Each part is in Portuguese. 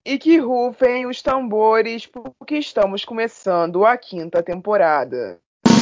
E que rufem os tambores, porque estamos começando a 5ª temporada.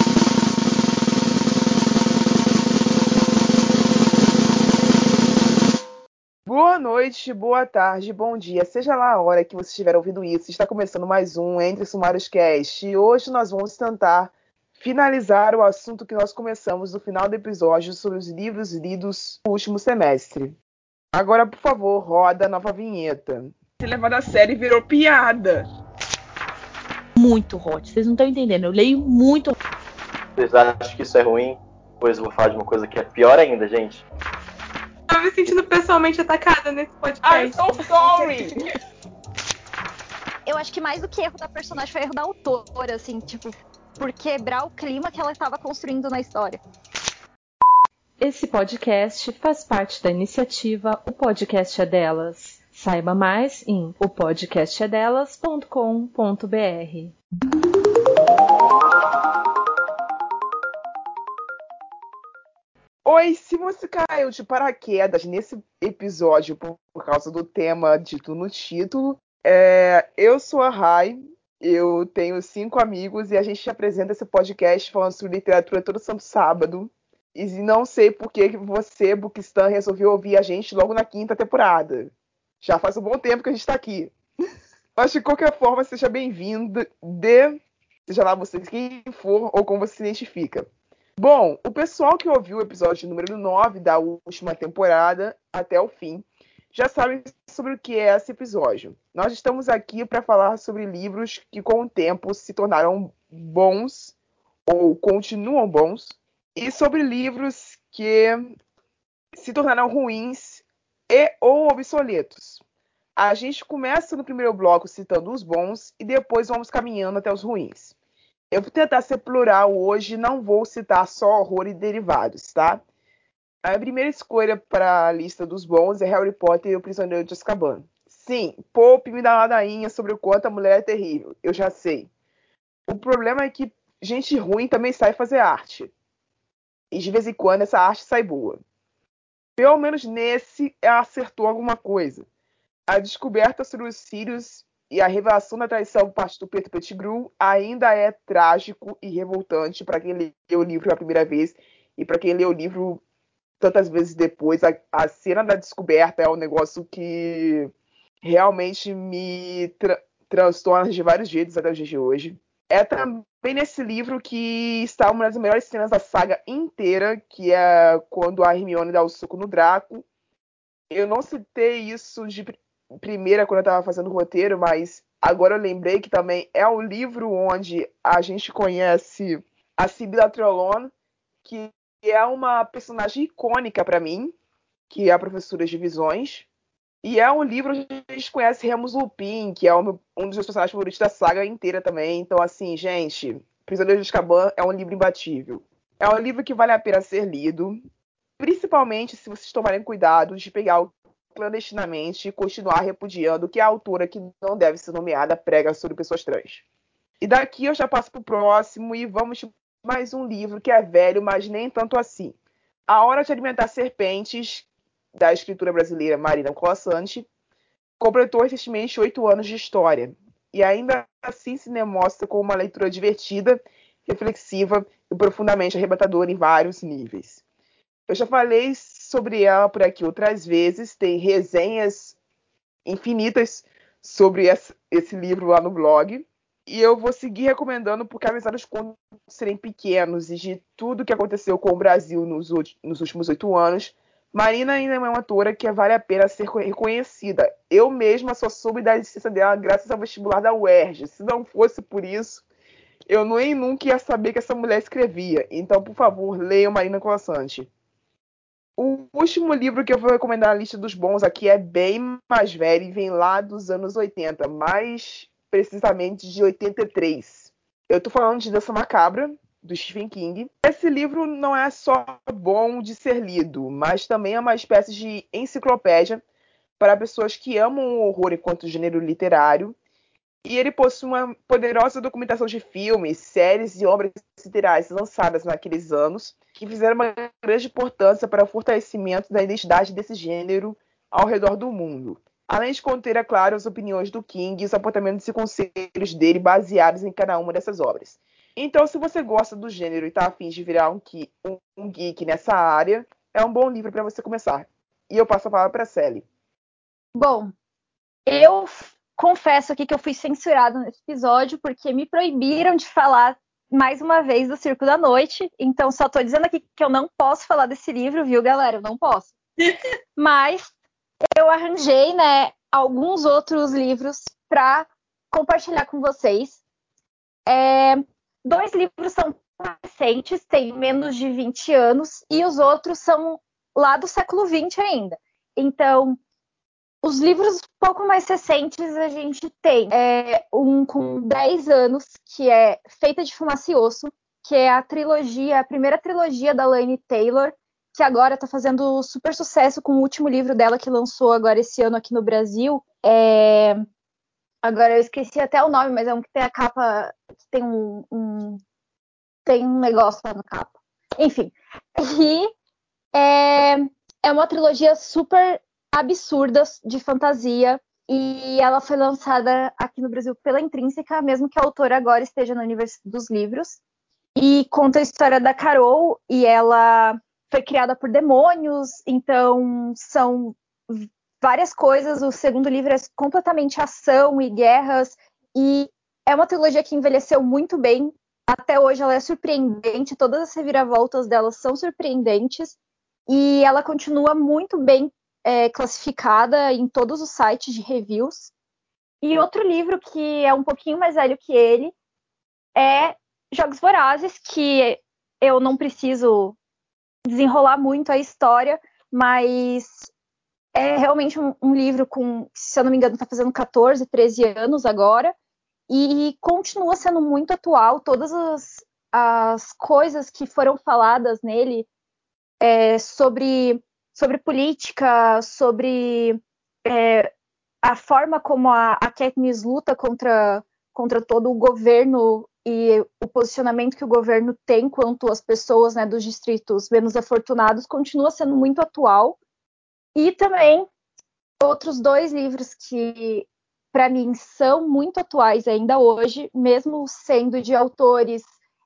Boa noite, boa tarde, bom dia, seja lá a hora que você estiver ouvindo isso. Está começando mais um Entre Sumários Cast. E hoje nós vamos tentar finalizar o assunto que nós começamos no final do episódio sobre os livros lidos no último semestre. Agora, por favor, roda a nova vinheta. Se levar a série virou piada. Muito hot, vocês não estão entendendo, eu leio muito. Vocês acham que isso é ruim? Pois eu vou falar de uma coisa que é pior ainda, gente. Tô me sentindo pessoalmente atacada nesse podcast. I'm so sorry! Eu acho que mais do que erro da personagem foi erro da autora, assim, tipo, por quebrar o clima que ela estava construindo na história. Esse podcast faz parte da iniciativa O Podcast é Delas. Saiba mais em opodcastedelas.com.br. Oi, se você caiu de paraquedas nesse episódio por causa do tema dito no título, eu sou a Rai, eu tenho 5 amigos e a gente apresenta esse podcast falando sobre literatura todo santo sábado. E não sei por que você, Bookistan, resolveu ouvir a gente logo na 5ª temporada. Já faz um bom tempo que a gente está aqui. Mas de qualquer forma, seja bem-vindo, seja lá você quem for ou como você se identifica. Bom, o pessoal que ouviu o episódio número 9 da última temporada até o fim já sabe sobre o que é esse episódio. Nós estamos aqui para falar sobre livros que com o tempo se tornaram bons ou continuam bons e sobre livros que se tornaram ruins e ou obsoletos. A gente começa no primeiro bloco citando os bons e depois vamos caminhando até os ruins. Eu vou tentar ser plural hoje, não vou citar só horror e derivados, tá? A primeira escolha para a lista dos bons é Harry Potter e o Prisioneiro de Azkaban. Sim, Pope me dá uma ladainha sobre o quanto a mulher é terrível, eu já sei. O problema é que gente ruim também sabe fazer arte. E de vez em quando essa arte sai boa. Pelo menos nesse ela acertou alguma coisa. A descoberta sobre os Sirius e a revelação da traição por parte do Peter Pettigrew ainda é trágico e revoltante para quem leu o livro pela primeira vez e para quem leu o livro tantas vezes depois. A cena da descoberta é um negócio que realmente me transtorna de vários jeitos até os dias de hoje. É também nesse livro que está uma das melhores cenas da saga inteira, que é quando a Hermione dá o soco no Draco. Eu não citei isso de primeira quando eu estava fazendo o roteiro, mas agora eu lembrei que também é um livro onde a gente conhece a Sibila Trelawney, que é uma personagem icônica para mim, que é a professora de visões. E é um livro onde a gente conhece Remus Lupin, que é um dos meus personagens favoritos da saga inteira também. Então, assim, gente, Prisioneiro de Azkaban é um livro imbatível. É um livro que vale a pena ser lido, principalmente se vocês tomarem cuidado de pegar clandestinamente e continuar repudiando que a autora, que não deve ser nomeada, prega sobre pessoas trans. E daqui eu já passo para o próximo e vamos de mais um livro que é velho, mas nem tanto assim. A Hora de Alimentar Serpentes, da escritora brasileira Marina Colasanti, completou recentemente 8 anos de história. E ainda assim se demonstra como uma leitura divertida, reflexiva e profundamente arrebatadora em vários níveis. Eu já falei sobre ela por aqui outras vezes, tem resenhas infinitas sobre esse livro lá no blog. E eu vou seguir recomendando porque apesar dos contos serem pequenos e de tudo que aconteceu com o Brasil nos últimos 8 anos, Marina ainda é uma autora que vale a pena ser reconhecida. Eu mesma só soube da existência dela graças ao vestibular da UERJ. Se não fosse por isso, eu nem nunca ia saber que essa mulher escrevia. Então, por favor, leiam Marina Colasanti. O último livro que eu vou recomendar na lista dos bons aqui é bem mais velho e vem lá dos anos 80, mais precisamente de 83. Eu tô falando de Dança Macabra, do Stephen King. Esse livro não é só bom de ser lido, mas também é uma espécie de enciclopédia para pessoas que amam o horror enquanto gênero literário. E ele possui uma poderosa documentação de filmes, séries e obras literárias lançadas naqueles anos, que fizeram uma grande importância para o fortalecimento da identidade desse gênero ao redor do mundo. além de conter, é claro, as opiniões do King e os apontamentos e conselhos dele baseados em cada uma dessas obras. Então, se você gosta do gênero e está a fim de virar um geek nessa área, é um bom livro para você começar. E eu passo a palavra para a Sally. Bom, eu confesso aqui que eu fui censurada nesse episódio porque me proibiram de falar mais uma vez do Circo da Noite. Então, só tô dizendo aqui que eu não posso falar desse livro, viu, galera? Eu não posso. Mas eu arranjei, né, alguns outros livros para compartilhar com vocês. 2 livros são recentes, têm menos de 20 anos, e os outros são lá do século XX ainda. Então, os livros um pouco mais recentes a gente tem um com 10 anos, que é Feita de Fumaça e Osso, que é a primeira trilogia da Laini Taylor, que agora está fazendo super sucesso com o último livro dela que lançou agora esse ano aqui no Brasil. Agora eu esqueci até o nome, mas é um que tem a capa, que tem um negócio lá na capa. Enfim, e é uma trilogia super absurda de fantasia, e ela foi lançada aqui no Brasil pela Intrínseca, mesmo que a autora agora esteja no universo dos livros, e conta a história da Carol, e ela foi criada por demônios, então são várias coisas. O segundo livro é completamente ação e guerras, e é uma trilogia que envelheceu muito bem. Até hoje ela é surpreendente, todas as reviravoltas dela são surpreendentes, e ela continua muito bem classificada em todos os sites de reviews. E outro livro que é um pouquinho mais velho que ele é Jogos Vorazes, que eu não preciso desenrolar muito a história, mas é realmente um livro com, se eu não me engano, está fazendo 14, 13 anos agora, e continua sendo muito atual. Todas as coisas que foram faladas nele sobre política, sobre a forma como a Katniss luta contra todo o governo e o posicionamento que o governo tem quanto às pessoas, né, dos distritos menos afortunados, continua sendo muito atual. E também outros 2 livros que, para mim, são muito atuais ainda hoje, mesmo sendo de autores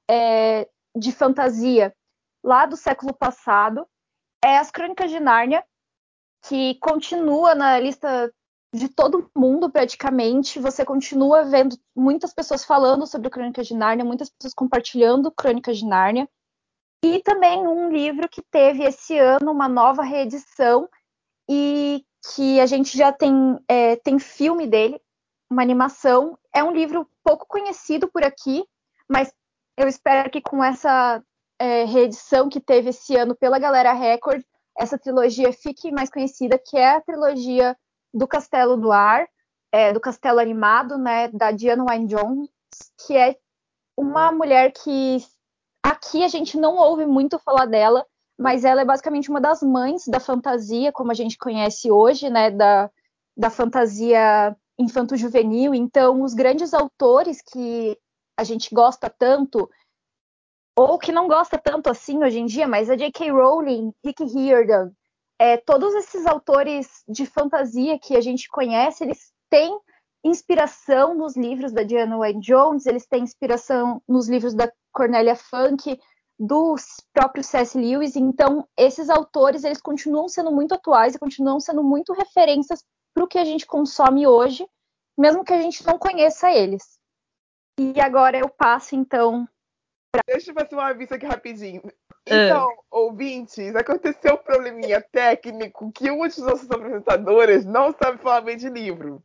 de fantasia lá do século passado, é As Crônicas de Nárnia, que continua na lista de todo mundo praticamente. Você continua vendo muitas pessoas falando sobre Crônicas de Nárnia, muitas pessoas compartilhando Crônicas de Nárnia. E também um livro que teve esse ano uma nova reedição e que a gente já tem filme dele, uma animação. É um livro pouco conhecido por aqui, mas eu espero que com essa reedição que teve esse ano pela Galera Record, essa trilogia fique mais conhecida, que é a trilogia do Castelo do Ar, do Castelo Animado, né, da Diana Wynne Jones, que é uma mulher que aqui a gente não ouve muito falar dela, mas ela é basicamente uma das mães da fantasia, como a gente conhece hoje, né, da fantasia infanto-juvenil. Então, os grandes autores que a gente gosta tanto, ou que não gosta tanto assim hoje em dia, mas a J.K. Rowling, Rick Riordan, todos esses autores de fantasia que a gente conhece, eles têm inspiração nos livros da Diana Wynne Jones, eles têm inspiração nos livros da Cornelia Funke, do próprio C.S. Lewis. Então, esses autores, eles continuam sendo muito atuais e continuam sendo muito referências para o que a gente consome hoje, mesmo que a gente não conheça eles. E agora eu passo, então... Deixa eu fazer um aviso aqui rapidinho. Então, ouvintes, aconteceu um probleminha técnico que um dos nossos apresentadores não sabe falar bem de livro.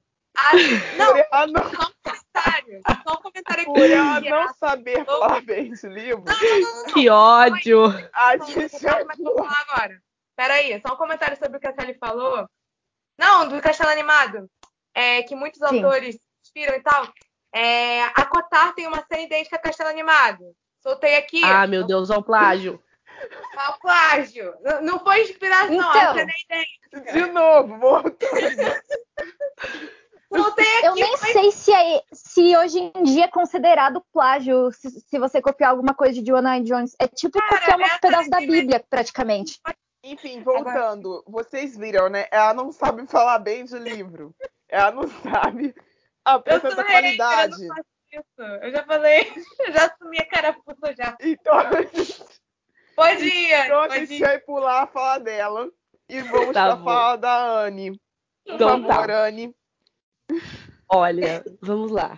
Só um comentário aqui. Por ela não saber falar bem de livro. Não. Que ódio! Mas vou falar agora. Peraí, só um comentário sobre o que a Sally falou. Não, do Castelo Animado. Que muitos autores inspiram e tal. A Cotar tem uma cena idêntica a Castelo Animado. Soltei aqui. Ah, meu Deus, é o plágio. É o plágio. Não foi inspiração, então, a cena é idêntica. De novo, voltando. Soltei aqui. Eu nem sei se hoje em dia é considerado plágio se você copiar alguma coisa de Diana Wynne Jones. É tipo copiar um pedaço da Bíblia, praticamente. Enfim, voltando. Vocês viram, né? Ela não sabe falar bem de livro. Ela não sabe apresentar qualidade. Eu não faço isso. Eu já falei, eu já assumi a carapuça já. Então, Pode ir, então a pode gente ir. vai pular a fala dela e vamos Tá pra bom. fala da Anne. Por Então favor, tá. Anne. Olha, vamos lá.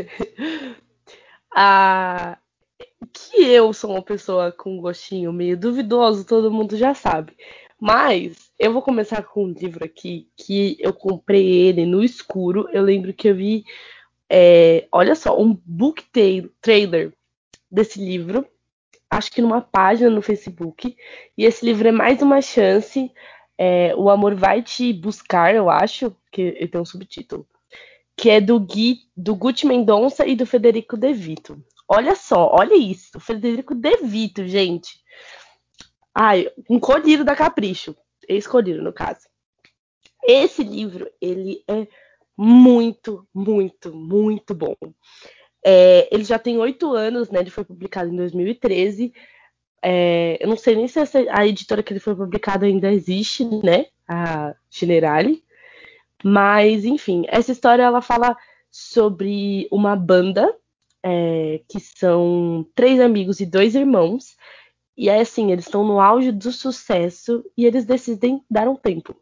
Que eu sou uma pessoa com um gostinho meio duvidoso, todo mundo já sabe. Mas eu vou começar com um livro aqui que eu comprei ele no escuro. Eu lembro que eu vi, olha só, um book trailer desse livro, acho que numa página no Facebook. E esse livro é mais uma chance. O Amor Vai Te Buscar, eu acho, que ele tem um subtítulo, que é do Gucci Mendonça e do Federico De Vito. Olha só, olha isso. O Federico De Vito, gente. Ai, um colírio da Capricho. Ex-colírio, no caso. Esse livro, ele é muito, muito, muito bom. Ele já tem 8 anos, né? Ele foi publicado em 2013. Eu não sei nem se a editora que ele foi publicado ainda existe, né? A Generale. Mas, enfim, essa história ela fala sobre uma banda que são 3 amigos e 2 irmãos. E é assim, eles estão no auge do sucesso e eles decidem dar um tempo.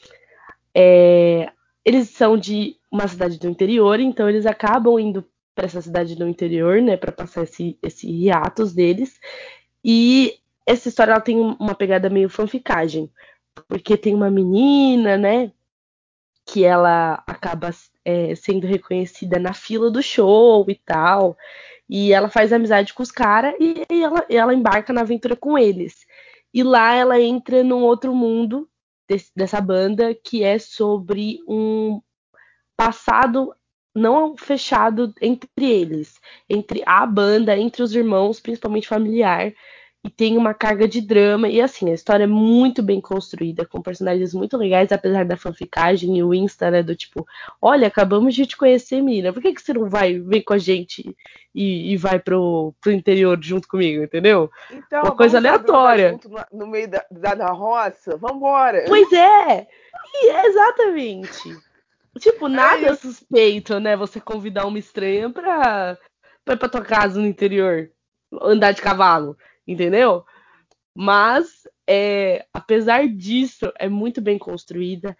Eles são de uma cidade do interior, então eles acabam indo para essa cidade do interior, né, para passar esse hiatus deles. E essa história ela tem uma pegada meio fanficagem, porque tem uma menina, né, que ela acaba sendo reconhecida na fila do show e tal. E ela faz amizade com os caras e ela embarca na aventura com eles. E lá ela entra num outro mundo dessa banda que é sobre um passado não fechado entre eles, entre a banda, entre os irmãos, principalmente familiar, e tem uma carga de drama, e assim, a história é muito bem construída, com personagens muito legais, apesar da fanficagem e o Insta, né, do tipo, olha, acabamos de te conhecer, Mira, por que você não vem com a gente e vai pro interior junto comigo, entendeu? Então, Uma coisa vamos dar droga aleatória. junto no meio da roça? Vambora! Pois é! Exatamente. Tipo, nada isso. suspeito, né? Você convidar uma estranha pra ir pra tua casa no interior, andar de cavalo, entendeu? Mas, apesar disso, é muito bem construída.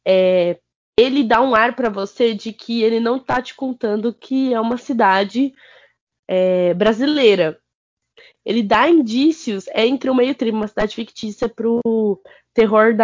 Ele dá um ar pra você de que ele não tá te contando que é uma cidade brasileira. Ele dá indícios, entre o meio termo, uma cidade fictícia pro terror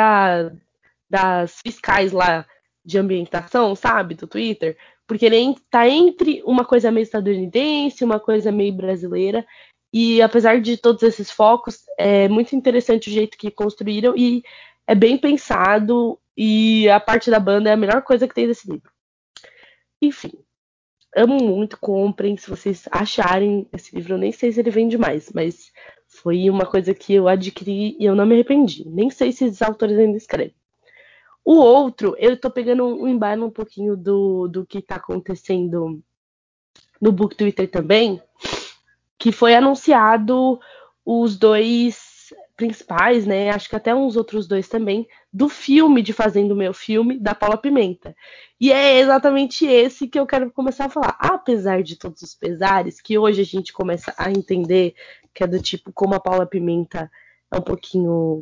das fiscais lá de ambientação, sabe, do Twitter, porque ele tá entre uma coisa meio estadunidense, uma coisa meio brasileira, e apesar de todos esses focos, é muito interessante o jeito que construíram e é bem pensado e a parte da banda é a melhor coisa que tem desse livro. Enfim, amo muito, comprem, se vocês acharem esse livro, eu nem sei se ele vende mais, mas foi uma coisa que eu adquiri e eu não me arrependi. Nem sei se esses autores ainda escrevem. O outro, eu tô pegando um embalo um pouquinho do que tá acontecendo no Book Twitter também, que foi anunciado os 2 principais, né? Acho que até uns outros 2 também, do filme de Fazendo o Meu Filme, da Paula Pimenta. E é exatamente esse que eu quero começar a falar. Apesar de todos os pesares, que hoje a gente começa a entender que é do tipo como a Paula Pimenta é um pouquinho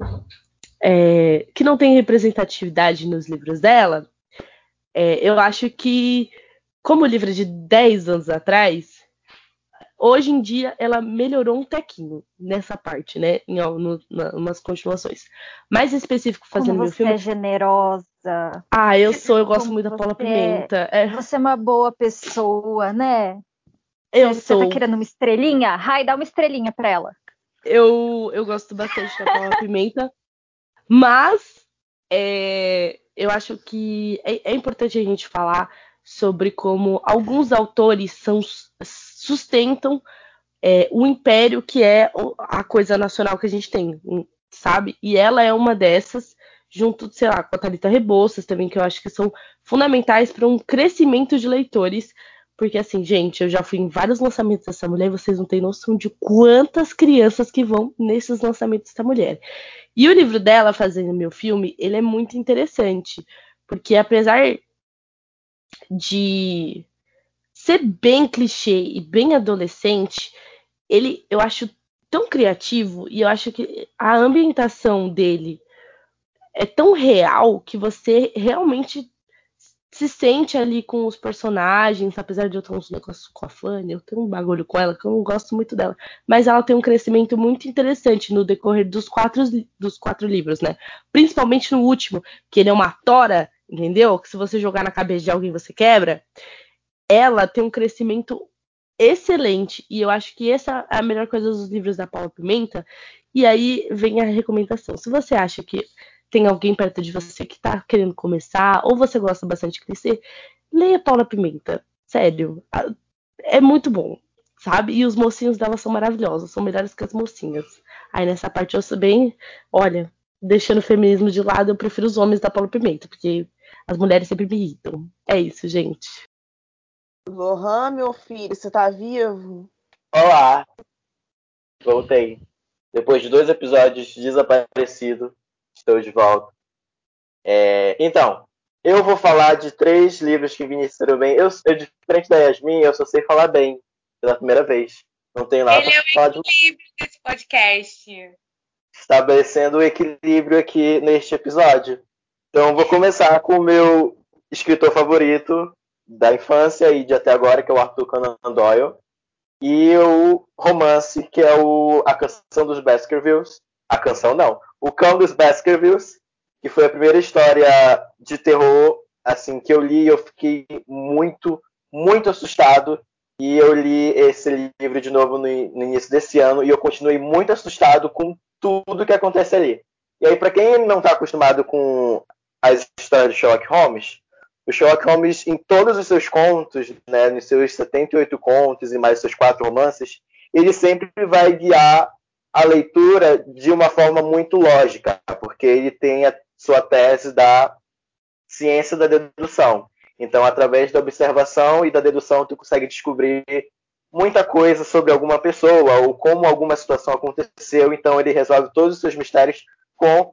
que não tem representatividade nos livros dela, eu acho que, como o livro é de 10 anos atrás, hoje em dia ela melhorou um tequinho nessa parte, né? Em umas continuações. Mais específico, Como Fazendo Meu você Filme. é generosa. Eu gosto Como muito da Paula você Pimenta. Você é uma boa pessoa, né? Eu Você tá sou. querendo uma estrelinha? Rai, dá uma estrelinha pra ela. Eu gosto bastante da Paula Pimenta, mas eu acho que é importante a gente falar sobre como alguns autores sustentam o império que é a coisa nacional que a gente tem, sabe? E ela é uma dessas, junto, sei lá, com a Thalita Rebouças também, que eu acho que são fundamentais para um crescimento de leitores, Porque assim, gente, eu já fui em vários lançamentos dessa mulher e vocês não têm noção de quantas crianças que vão nesses lançamentos dessa mulher. E o livro dela, Fazendo Meu Filme, ele é muito interessante. Porque apesar de ser bem clichê e bem adolescente, eu acho tão criativo e eu acho que a ambientação dele é tão real que você realmente se sente ali com os personagens, apesar de eu ter uns negócios com a Fanny, eu tenho um bagulho com ela que eu não gosto muito dela, mas ela tem um crescimento muito interessante no decorrer dos quatro livros, né? Principalmente no último, que ele é uma tora, entendeu? Que se você jogar na cabeça de alguém você quebra. Ela tem um crescimento excelente e eu acho que essa é a melhor coisa dos livros da Paula Pimenta. E aí vem a recomendação. Se você acha que tem alguém perto de você que tá querendo começar ou você gosta bastante de crescer, leia Paula Pimenta. Sério, é muito bom, sabe? E os mocinhos dela são maravilhosos, são melhores que as mocinhas. Aí nessa parte eu sou bem, olha, deixando o feminismo de lado, eu prefiro os homens da Paula Pimenta, porque as mulheres sempre me irritam. É isso, gente. Lohan, meu filho, você tá vivo? Olá, voltei. Depois de 2 episódios desaparecido, estou de volta. Então, eu vou falar de 3 livros que me iniciaram bem. Eu, diferente da Yasmin, eu só sei falar bem pela primeira vez. Não tenho nada Ele é pra falar o equilíbrio desse podcast. estabelecendo o equilíbrio aqui neste episódio. Então, vou começar com o meu escritor favorito da infância e de até agora, que é o Arthur Conan Doyle. E o romance, que é A Canção dos Baskervilles. A canção não. O Cão dos Baskervilles, que foi a primeira história de terror assim que eu li. Eu fiquei muito, muito assustado. E eu li esse livro de novo no início desse ano e eu continuei muito assustado com tudo que acontece ali. E aí, para quem não está acostumado com as histórias de Sherlock Holmes, o Sherlock Holmes, em todos os seus contos, né, nos seus 78 contos e mais seus 4 romances, ele sempre vai guiar a leitura de uma forma muito lógica, porque ele tem a sua tese da ciência da dedução. Então, através da observação e da dedução, tu consegue descobrir muita coisa sobre alguma pessoa ou como alguma situação aconteceu. Então, ele resolve todos os seus mistérios com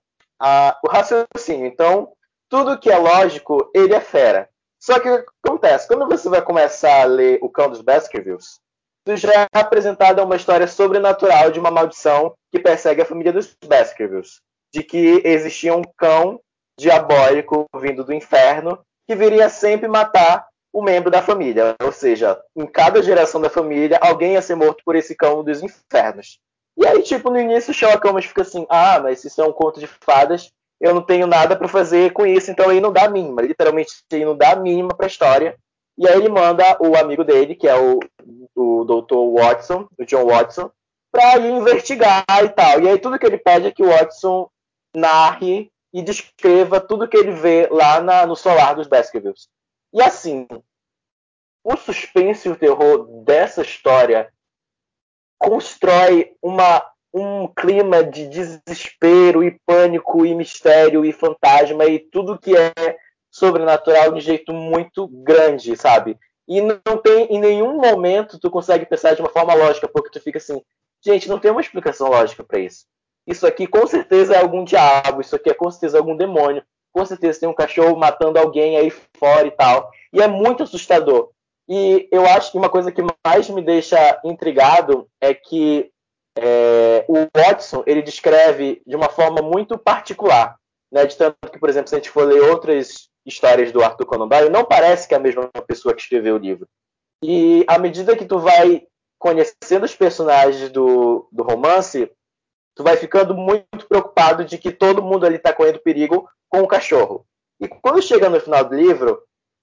o raciocínio. Então, tudo que é lógico, ele é fera. Só que o que acontece? Quando você vai começar a ler O Cão dos Baskervilles, tu já é apresentada uma história sobrenatural de uma maldição que persegue a família dos Baskervilles. De que existia um cão diabólico vindo do inferno que viria sempre matar o membro da família. Ou seja, em cada geração da família, alguém ia ser morto por esse cão dos infernos. E aí, tipo, no início o Sherlock Holmes fica assim, mas isso é um conto de fadas, eu não tenho nada para fazer com isso, então ele não dá a mínima. Literalmente, ele não dá a mínima para a história. E aí ele manda o amigo dele, que é o Dr. Watson, o John Watson, para ir investigar e tal. E aí tudo que ele pede é que o Watson narre e descreva tudo que ele vê lá no solar dos Baskervilles. E assim, o suspense e o terror dessa história constrói um clima de desespero e pânico e mistério e fantasma e tudo que é sobrenatural de um jeito muito grande, sabe? E não tem, em nenhum momento, tu consegue pensar de uma forma lógica, porque tu fica assim, gente, não tem uma explicação lógica para isso. Isso aqui com certeza é algum diabo, isso aqui é com certeza algum demônio, com certeza tem um cachorro matando alguém aí fora e tal. E é muito assustador. E eu acho que uma coisa que mais me deixa intrigado é que o Watson, ele descreve de uma forma muito particular, né? De tanto que, por exemplo, se a gente for ler outras histórias do Arthur Conan Doyle, não parece que é a mesma pessoa que escreveu o livro. E à medida que tu vai conhecendo os personagens do romance, tu vai ficando muito preocupado de que todo mundo ali está correndo perigo com o cachorro. E quando chega no final do livro,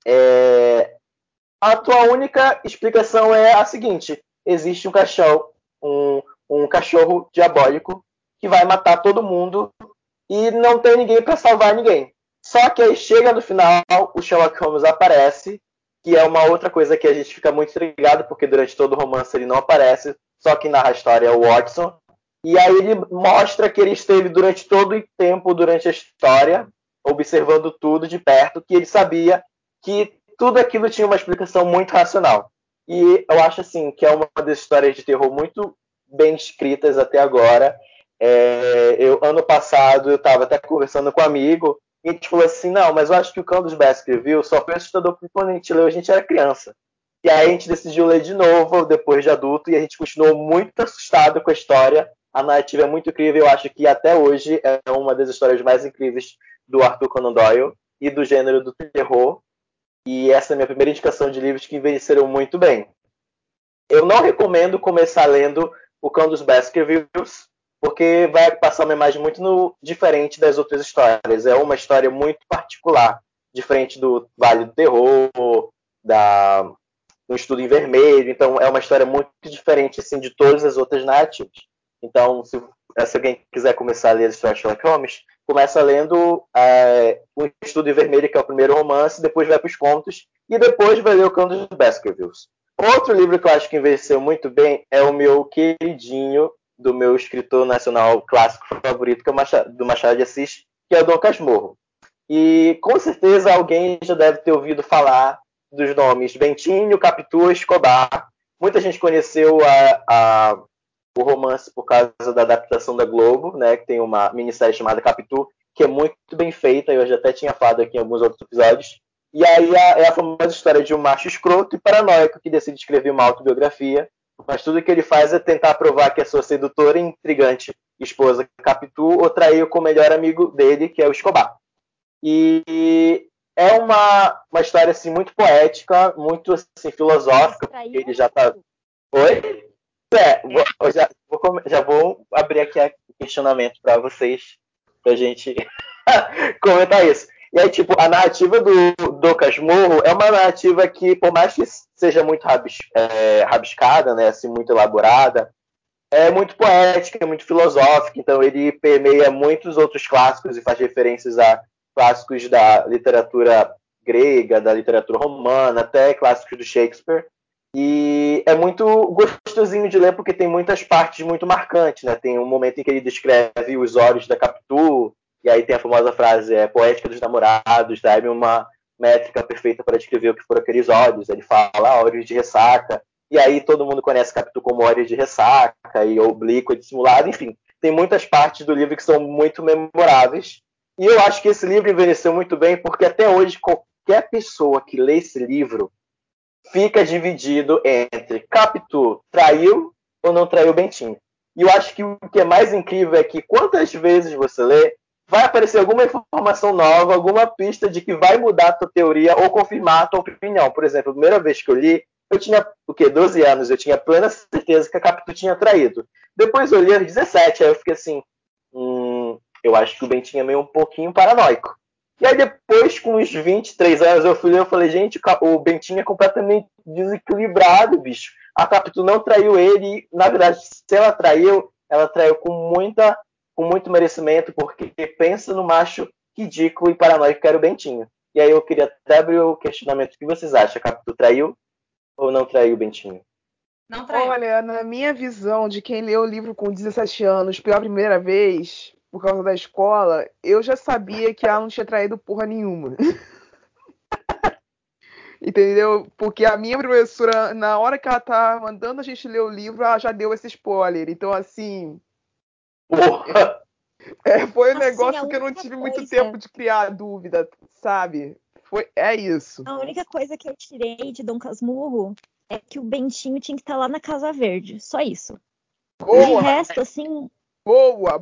a tua única explicação é a seguinte: existe um cachorro diabólico que vai matar todo mundo e não tem ninguém para salvar ninguém. Só que aí chega no final, o Sherlock Holmes aparece, que é uma outra coisa que a gente fica muito intrigado, porque durante todo o romance ele não aparece, só que narra a história é o Watson. E aí ele mostra que ele esteve durante todo o tempo, durante a história, observando tudo de perto, que ele sabia que tudo aquilo tinha uma explicação muito racional. E eu acho assim que é uma das histórias de terror muito bem escritas até agora. Ano passado eu estava até conversando com um amigo e a gente falou assim, não, mas eu acho que o Cão dos Baskerville só foi assustador porque quando a gente leu a gente era criança. E aí a gente decidiu ler de novo depois de adulto e a gente continuou muito assustado com a história. A narrativa é muito incrível, eu acho que até hoje é uma das histórias mais incríveis do Arthur Conan Doyle e do gênero do terror. E essa é a minha primeira indicação de livros que envelheceram muito bem. Eu não recomendo começar lendo O Cão dos Baskervilles, porque vai passar uma imagem muito diferente das outras histórias. É uma história muito particular, diferente do Vale do Terror, do Estudo em Vermelho. Então, é uma história muito diferente assim, de todas as outras narrativas. Então, se alguém quiser começar a ler a história de Sherlock Holmes, começa lendo o Estudo em Vermelho, que é o primeiro romance, depois vai para os contos, e depois vai ler O Cão dos Baskervilles. Outro livro que eu acho que envelheceu muito bem é o meu queridinho, do meu escritor nacional clássico favorito, que é do Machado de Assis, que é o Dom Casmurro. E com certeza alguém já deve ter ouvido falar dos nomes Bentinho, Capitu e Escobar. Muita gente conheceu o romance por causa da adaptação da Globo, né, que tem uma minissérie chamada Capitu, que é muito bem feita, eu já até tinha falado aqui em alguns outros episódios. E aí é a famosa história de um macho escroto e paranoico que decide escrever uma autobiografia, mas tudo que ele faz é tentar provar que a sua sedutora e intrigante esposa Capitu o traiu com o melhor amigo dele, que é o Escobar. E é uma história assim, muito poética, muito assim, filosófica, porque ele já tá... Oi? Já vou abrir aqui o questionamento para vocês, pra gente comentar isso. E aí, tipo, a narrativa do Casmurro é uma narrativa que, por mais que seja muito rabiscada, né, assim, muito elaborada, é muito poética, é muito filosófica, então ele permeia muitos outros clássicos e faz referências a clássicos da literatura grega, da literatura romana, até clássicos do Shakespeare. E é muito gostosinho de ler porque tem muitas partes muito marcantes, né? Tem um momento em que ele descreve os olhos da Capitu, e aí tem a famosa frase, poética dos namorados, dá-me uma métrica perfeita para descrever o que foram aqueles olhos. Ele fala, olhos de ressaca, e aí todo mundo conhece Capitu como olhos de ressaca, e oblíqua, dissimulado, enfim. Tem muitas partes do livro que são muito memoráveis, e eu acho que esse livro envelheceu muito bem, porque até hoje qualquer pessoa que lê esse livro fica dividido entre Capitu traiu ou não traiu Bentinho. E eu acho que o que é mais incrível é que quantas vezes você lê, vai aparecer alguma informação nova, alguma pista de que vai mudar a tua teoria ou confirmar a tua opinião. Por exemplo, a primeira vez que eu li, eu tinha, 12 anos, eu tinha plena certeza que a Capitu tinha traído. Depois eu li aos 17, aí eu fiquei assim, eu acho que o Bentinho é meio um pouquinho paranoico. E aí depois, com uns 23 anos, eu fui ler e falei, gente, o Bentinho é completamente desequilibrado, bicho. A Capitu não traiu ele, e, na verdade, se ela traiu com muito merecimento, porque pensa no macho ridículo e paranoico que era o Bentinho. E aí eu queria até abrir o questionamento. O que vocês acham? A Capitu traiu ou não traiu o Bentinho? Não traiu. Olha, na minha visão de quem leu o livro com 17 anos pela primeira vez, por causa da escola, eu já sabia que ela não tinha traído porra nenhuma. Entendeu? Porque a minha professora, na hora que ela tá mandando a gente ler o livro, ela já deu esse spoiler. Então, assim. Porra! Foi um Assim, negócio a que eu não única tive muito coisa- tempo de criar dúvida, sabe? É isso. A única coisa que eu tirei de Dom Casmurro é que o Bentinho tinha que estar lá na Casa Verde. Só isso. De Boa, resto, assim, boa.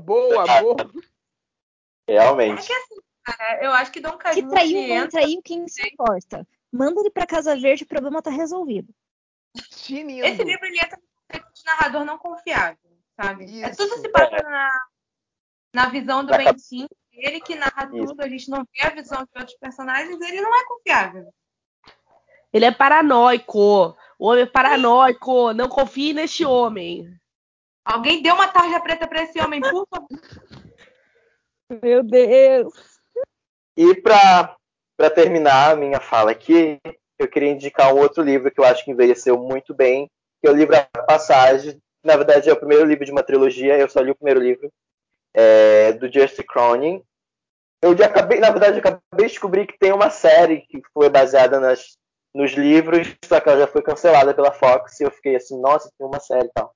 Realmente. É que assim, cara, eu acho que Dom se Casmurro traiu ele ou não entra. traiu, quem se importa? Manda ele pra Casa Verde, o problema tá resolvido. Tinindo. Esse livro ele entra no conceito de narrador não confiável, sabe? Isso. Tudo se passa na visão do Bentinho. Ele que narra Isso. tudo, a gente não vê a visão de outros personagens, ele não é confiável. Ele é paranoico. O homem é paranoico. Não confie neste homem. Alguém deu uma tarja preta pra esse homem, por favor. Meu Deus. E para terminar a minha fala aqui, eu queria indicar um outro livro que eu acho que envelheceu muito bem, que é o livro A Passagem. Na verdade, é o primeiro livro de uma trilogia, eu só li o primeiro livro, do Justin Cronin. Eu acabei de descobrir que tem uma série que foi baseada nos livros, só que ela já foi cancelada pela Fox, e eu fiquei assim, nossa, tem uma série e tal.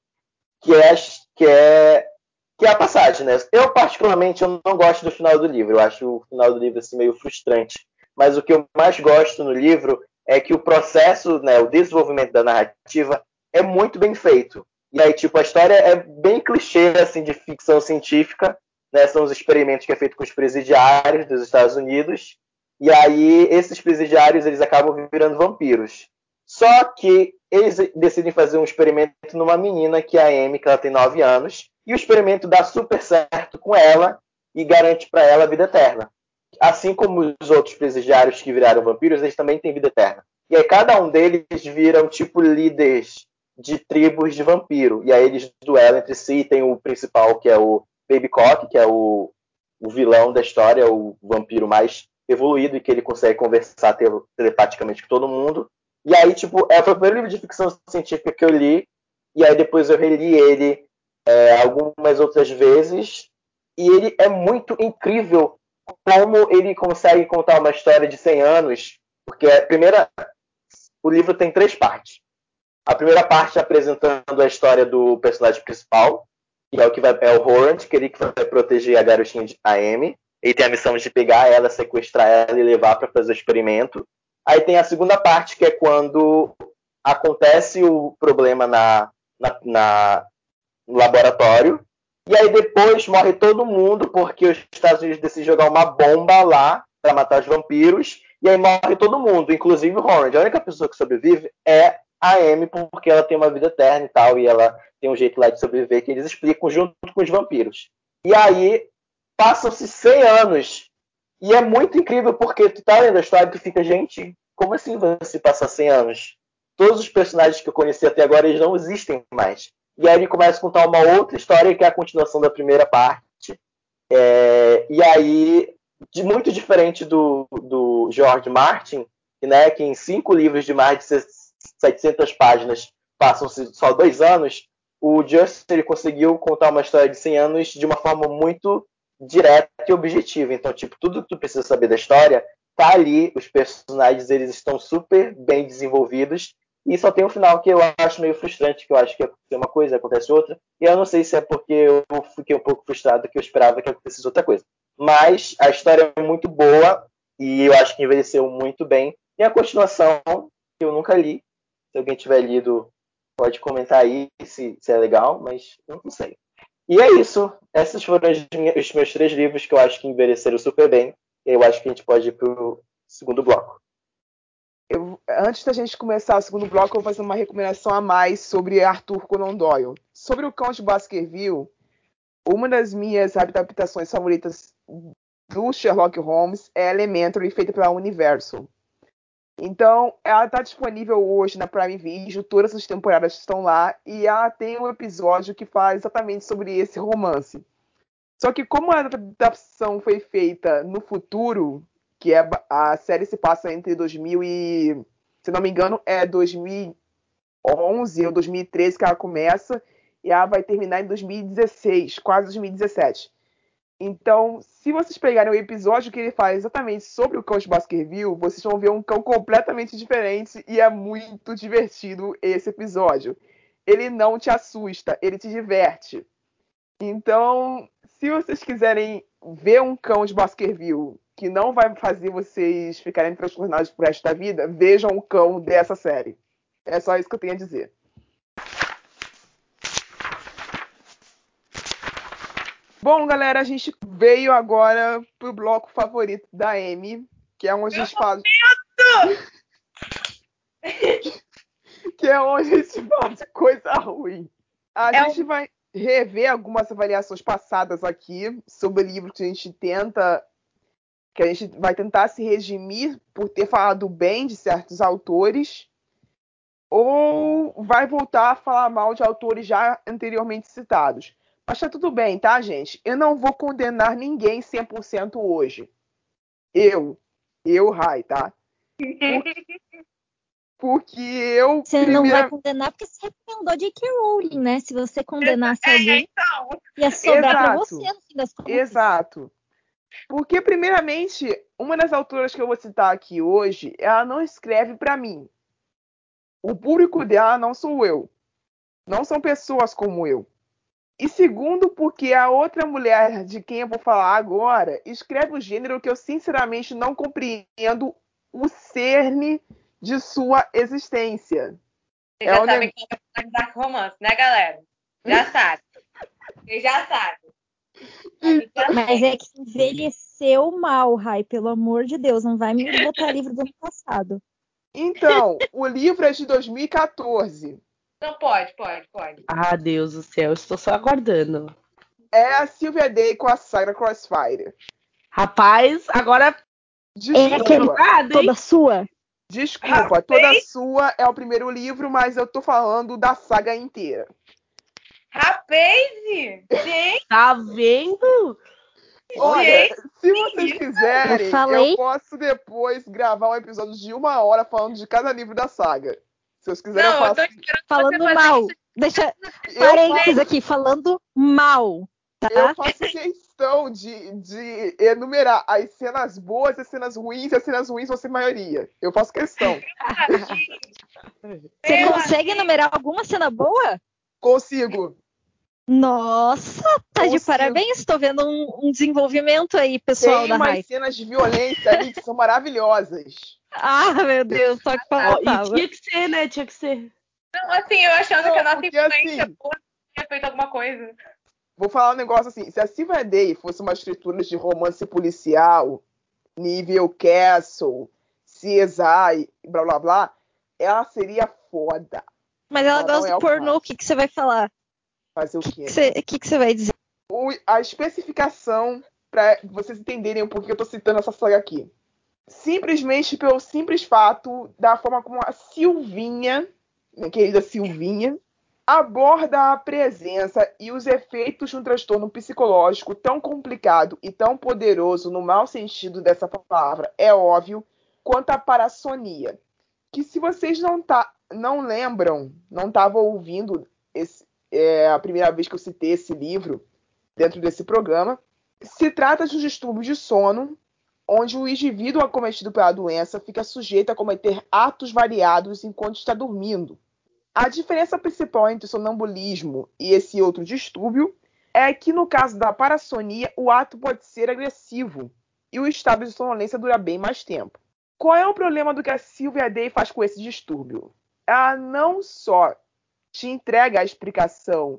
Que é a passagem, né? Eu, particularmente, eu não gosto do final do livro. Eu acho o final do livro assim, meio frustrante. Mas o que eu mais gosto no livro é que o processo, né, o desenvolvimento da narrativa é muito bem feito. E aí, tipo, a história é bem clichê, assim, de ficção científica, né? São os experimentos que é feito com os presidiários dos Estados Unidos. E aí, esses presidiários, eles acabam virando vampiros. Só que eles decidem fazer um experimento numa menina, que é a Amy, que ela tem 9 anos, e o experimento dá super certo com ela e garante para ela a vida eterna. Assim como os outros presidiários que viraram vampiros, eles também têm vida eterna. E aí cada um deles viram tipo líderes de tribos de vampiro. E aí eles duelam entre si. Tem o principal, que é o Baby Cock, que é o vilão da história, o vampiro mais evoluído e que ele consegue conversar telepaticamente com todo mundo. E aí, tipo, foi o primeiro livro de ficção científica que eu li. E aí depois eu reli ele algumas outras vezes. E ele é muito incrível como ele consegue contar uma história de 100 anos. Porque o livro tem 3 partes. A primeira parte apresentando a história do personagem principal, que é o Horand, que ele que vai proteger a garotinha a Amy. Ele tem a missão de pegar ela, sequestrar ela e levar para fazer o experimento. Aí tem a segunda parte, que é quando acontece o problema no laboratório. E aí depois morre todo mundo, porque os Estados Unidos decidem jogar uma bomba lá para matar os vampiros. E aí morre todo mundo, inclusive o Horand. A única pessoa que sobrevive é a Amy, porque ela tem uma vida eterna e tal, e ela tem um jeito lá de sobreviver que eles explicam junto com os vampiros. E aí passam-se 100 anos. E é muito incrível porque tu tá lendo a história e tu fica, gente, como assim vai se passar 100 anos? Todos os personagens que eu conheci até agora, eles não existem mais. E aí ele começa a contar uma outra história que é a continuação da primeira parte. E aí, muito diferente do George Martin, né, que em 5 livros de mais de 700 páginas passam-se só 2 anos, o Justin ele conseguiu contar uma história de 100 anos de uma forma muito direta e objetiva. Então, tipo, tudo que tu precisa saber da história tá ali, os personagens eles estão super bem desenvolvidos e só tem um final que eu acho meio frustrante, que eu acho que acontece uma coisa, acontece outra, e eu não sei se é porque eu fiquei um pouco frustrado que eu esperava que acontecesse outra coisa. Mas a história é muito boa e eu acho que envelheceu muito bem. E a continuação, que eu nunca li, se alguém tiver lido, pode comentar aí se é legal, mas eu não sei. E é isso. Esses foram os meus 3 livros que eu acho que envelheceram super bem. Eu acho que a gente pode ir pro segundo bloco. Antes da gente começar o segundo bloco, eu vou fazer uma recomendação a mais sobre Arthur Conan Doyle. Sobre o Cão de Baskerville, uma das minhas adaptações favoritas do Sherlock Holmes é Elementary, feita pela Universal. Então, ela está disponível hoje na Prime Video, todas as temporadas estão lá, e ela tem um episódio que fala exatamente sobre esse romance. Só que como a adaptação foi feita no futuro, que a série se passa entre 2000 e, se não me engano, é 2011 ou 2013 que ela começa, e ela vai terminar em 2016, quase 2017. Então, se vocês pegarem o episódio que ele fala exatamente sobre o cão de Baskerville, vocês vão ver um cão completamente diferente e é muito divertido esse episódio. Ele não te assusta, ele te diverte. Então, se vocês quiserem ver um cão de Baskerville que não vai fazer vocês ficarem transtornados pro resto da vida, vejam o cão dessa série. É só isso que eu tenho a dizer. Bom, galera, a gente veio agora pro bloco favorito da Amy, que é onde a gente fala... que é onde a gente fala de coisa ruim. A gente vai rever algumas avaliações passadas aqui sobre livros que a gente vai tentar se redimir por ter falado bem de certos autores, ou vai voltar a falar mal de autores já anteriormente citados. Mas tá tudo bem, tá, gente? Eu não vou condenar ninguém 100% hoje. Rai, tá? Porque eu... Você não vai condenar porque você recomendou J.K. Rowling, né? Se você condenasse alguém, ia sobrar pra você, no fim das contas. Exato. Porque, primeiramente, uma das autoras que eu vou citar aqui hoje, ela não escreve para mim. O público dela não sou eu. Não são pessoas como eu. E segundo, porque a outra mulher de quem eu vou falar agora escreve um gênero que eu sinceramente não compreendo o cerne de sua existência. Vocês já sabem que é um dark romance, né, galera? Já sabe. Vocês já sabem. Mas é que envelheceu mal, Rai, pelo amor de Deus. Não vai me botar livro do ano passado. Então, o livro é de 2014. Não, pode. Ah, Deus do céu, estou só aguardando. É a Sylvia Day com a Saga Crossfire. Rapaz, agora Desculpa. Toda sua? Desculpa, toda sua é o primeiro livro, mas eu tô falando da saga inteira. Rapaz! Gente! Tá vendo? Olha, se vocês isso? quiserem, eu posso depois gravar um episódio de 1 hora falando de cada livro da saga. Se vocês quiserem, Não, eu faço. eu tô esperando Falando você mal. fazer isso. Deixa parênteses aqui, falando mal. Tá? Eu faço questão de enumerar as cenas boas, as cenas ruins, e as cenas ruins vão ser maioria. Eu faço questão. Você consegue enumerar alguma cena boa? Consigo. Nossa, tá de parabéns. Tô vendo um desenvolvimento aí, pessoal da Tem umas Rai. cenas de violência ali que são maravilhosas. Ah, meu Deus, só que faltava. E tinha que ser, né? Tinha que ser. Não, assim, eu achando que a nossa influência assim, tinha feito alguma coisa. Vou falar um negócio assim, se a Sylvia Day fosse uma escritura de romance policial, nível Castle, CSI, blá blá blá, ela seria foda. Mas ela gosta de pornô, o que você vai falar? Fazer o quê? O que você vai dizer? A especificação, para vocês entenderem o porquê eu tô citando essa saga aqui. Simplesmente pelo simples fato da forma como a Silvinha, minha querida Silvinha, aborda a presença e os efeitos de um transtorno psicológico tão complicado e tão poderoso no mau sentido dessa palavra, é óbvio, quanto a parassonia. Que se vocês não lembram, não estavam ouvindo a primeira vez que eu citei esse livro dentro desse programa, se trata de um distúrbio de sono onde o indivíduo acometido pela doença fica sujeito a cometer atos variados enquanto está dormindo. A diferença principal entre o sonambulismo e esse outro distúrbio é que, no caso da parassonia, o ato pode ser agressivo e o estado de sonolência dura bem mais tempo. Qual é o problema do que a Sylvia Day faz com esse distúrbio? Ela não só te entrega a explicação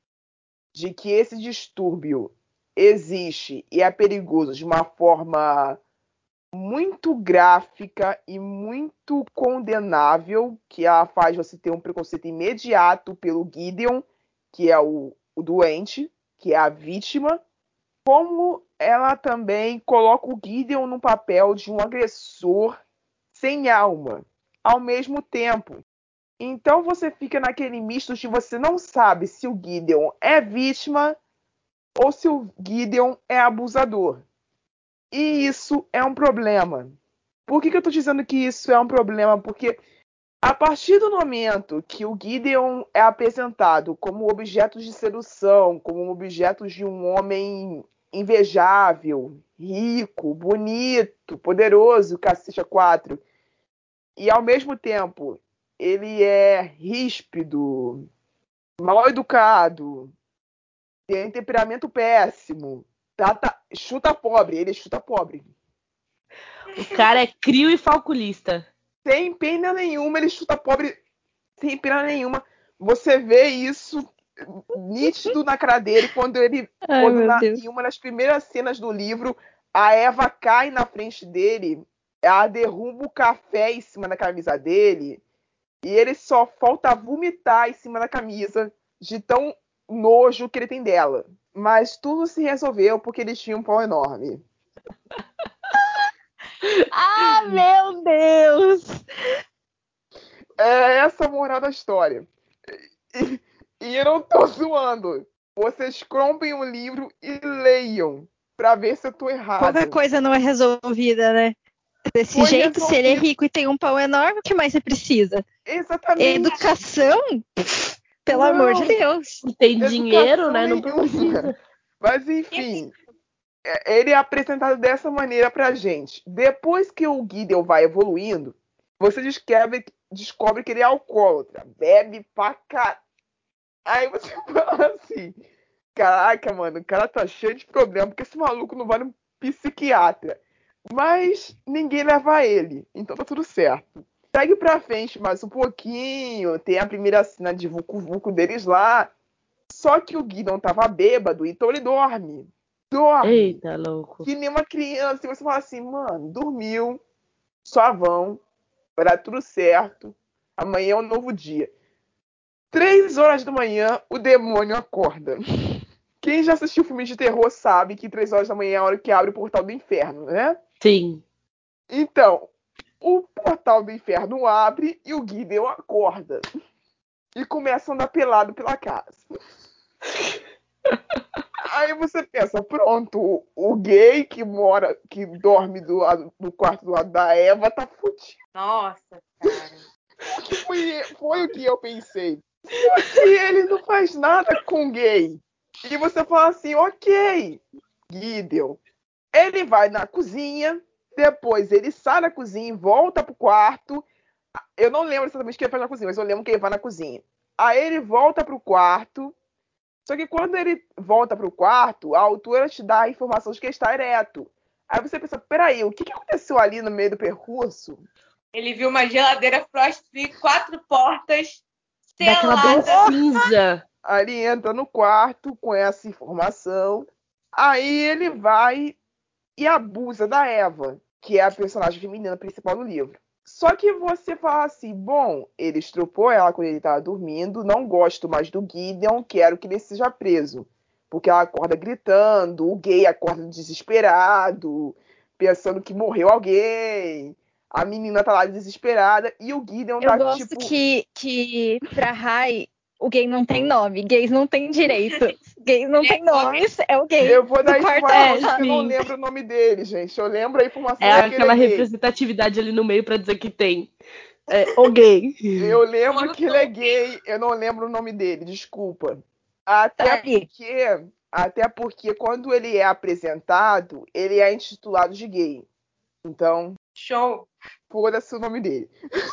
de que esse distúrbio existe e é perigoso de uma forma muito gráfica e muito condenável, que ela faz você ter um preconceito imediato pelo Gideon, que é o doente, que é a vítima, como ela também coloca o Gideon no papel de um agressor sem alma, ao mesmo tempo. Então você fica naquele misto de você não sabe se o Gideon é vítima ou se o Gideon é abusador. E isso é um problema. Por que eu estou dizendo que isso é um problema? Porque a partir do momento que o Gideon é apresentado como objeto de sedução, como objeto de um homem invejável, rico, bonito, poderoso, cacete a quatro, e ao mesmo tempo ele é ríspido, mal educado, tem temperamento péssimo, chuta pobre, ele chuta pobre. O cara é crio e falculista. Sem pena nenhuma, ele chuta pobre sem pena nenhuma. Você vê isso nítido na cara dele quando em uma das primeiras cenas do livro, a Eva cai na frente dele, ela derruba o café em cima da camisa dele e ele só falta vomitar em cima da camisa de tão nojo que ele tem dela. Mas tudo se resolveu porque eles tinham um pau enorme. Ah, meu Deus! É essa a moral da história. E eu não tô zoando. Vocês comprem um livro e leiam pra ver se eu tô errado. Pouca coisa não é resolvida, né? Desse jeito, se ele é rico e tem um pau enorme, o que mais você precisa? Exatamente. Educação? Pelo amor de Deus. Tem dinheiro, né? Não precisa. Mas enfim, ele é apresentado dessa maneira pra gente. Depois que o Gideon vai evoluindo, você descobre que ele é alcoólatra, bebe pra caralho. Aí você fala assim, caraca, mano, o cara tá cheio de problema, porque esse maluco não vai no psiquiatra. Mas ninguém leva ele, então tá tudo certo. Segue pra frente mais um pouquinho, tem a primeira cena de Vucu Vucu deles lá. Só que o Gideon tava bêbado, então ele dorme. Dorme. Eita, louco. Que nem uma criança. E você fala assim, mano, dormiu, suavão, vai dar tudo certo. Amanhã é um novo dia. 3 horas da manhã, o demônio acorda. Quem já assistiu filme de terror sabe que 3 horas da manhã é a hora que abre o portal do inferno, né? Sim. Então, o portal do inferno abre e o Gideon acorda. E começa a andar pelado pela casa. Aí você pensa, pronto, o gay que dorme do quarto do lado da Eva tá fudido. Nossa, cara. Foi o que eu pensei. Só que ele não faz nada com gay. E você fala assim, ok, Gideon. Ele vai na cozinha, depois ele sai da cozinha e volta pro quarto. Eu não lembro exatamente o que ele faz na cozinha, mas eu lembro que ele vai na cozinha. Aí ele volta pro quarto. Só que quando ele volta pro quarto, a altura te dá a informação de que ele está ereto. Aí você pensa, peraí, o que aconteceu ali no meio do percurso? Ele viu uma geladeira Frost Free, 4 portas, Daquela bem selada. cinza. Aí ele entra no quarto com essa informação. Aí ele vai e abusa da Eva, que é a personagem feminina principal do livro. Só que você fala assim, bom, ele estrupou ela quando ele estava dormindo, não gosto mais do Gideon, quero que ele seja preso. Porque ela acorda gritando, o gay acorda desesperado, pensando que morreu alguém. A menina tá lá desesperada e o Gideon Eu tá gosto tipo... que pra Rai, o gay não tem nome, gays não tem direitos. Gays não tem nomes, é o gay Eu vou do dar quarto informação errado. porque eu não sim. lembro o nome dele, gente. Eu lembro a informação É de que ele aquela é gay. representatividade ali no meio pra dizer que tem. O gay. Eu lembro que ele é gay, eu não lembro o nome dele, desculpa. Até Tá aí. porque quando ele é apresentado, ele é intitulado de gay. Então, Show. foda-se o nome dele.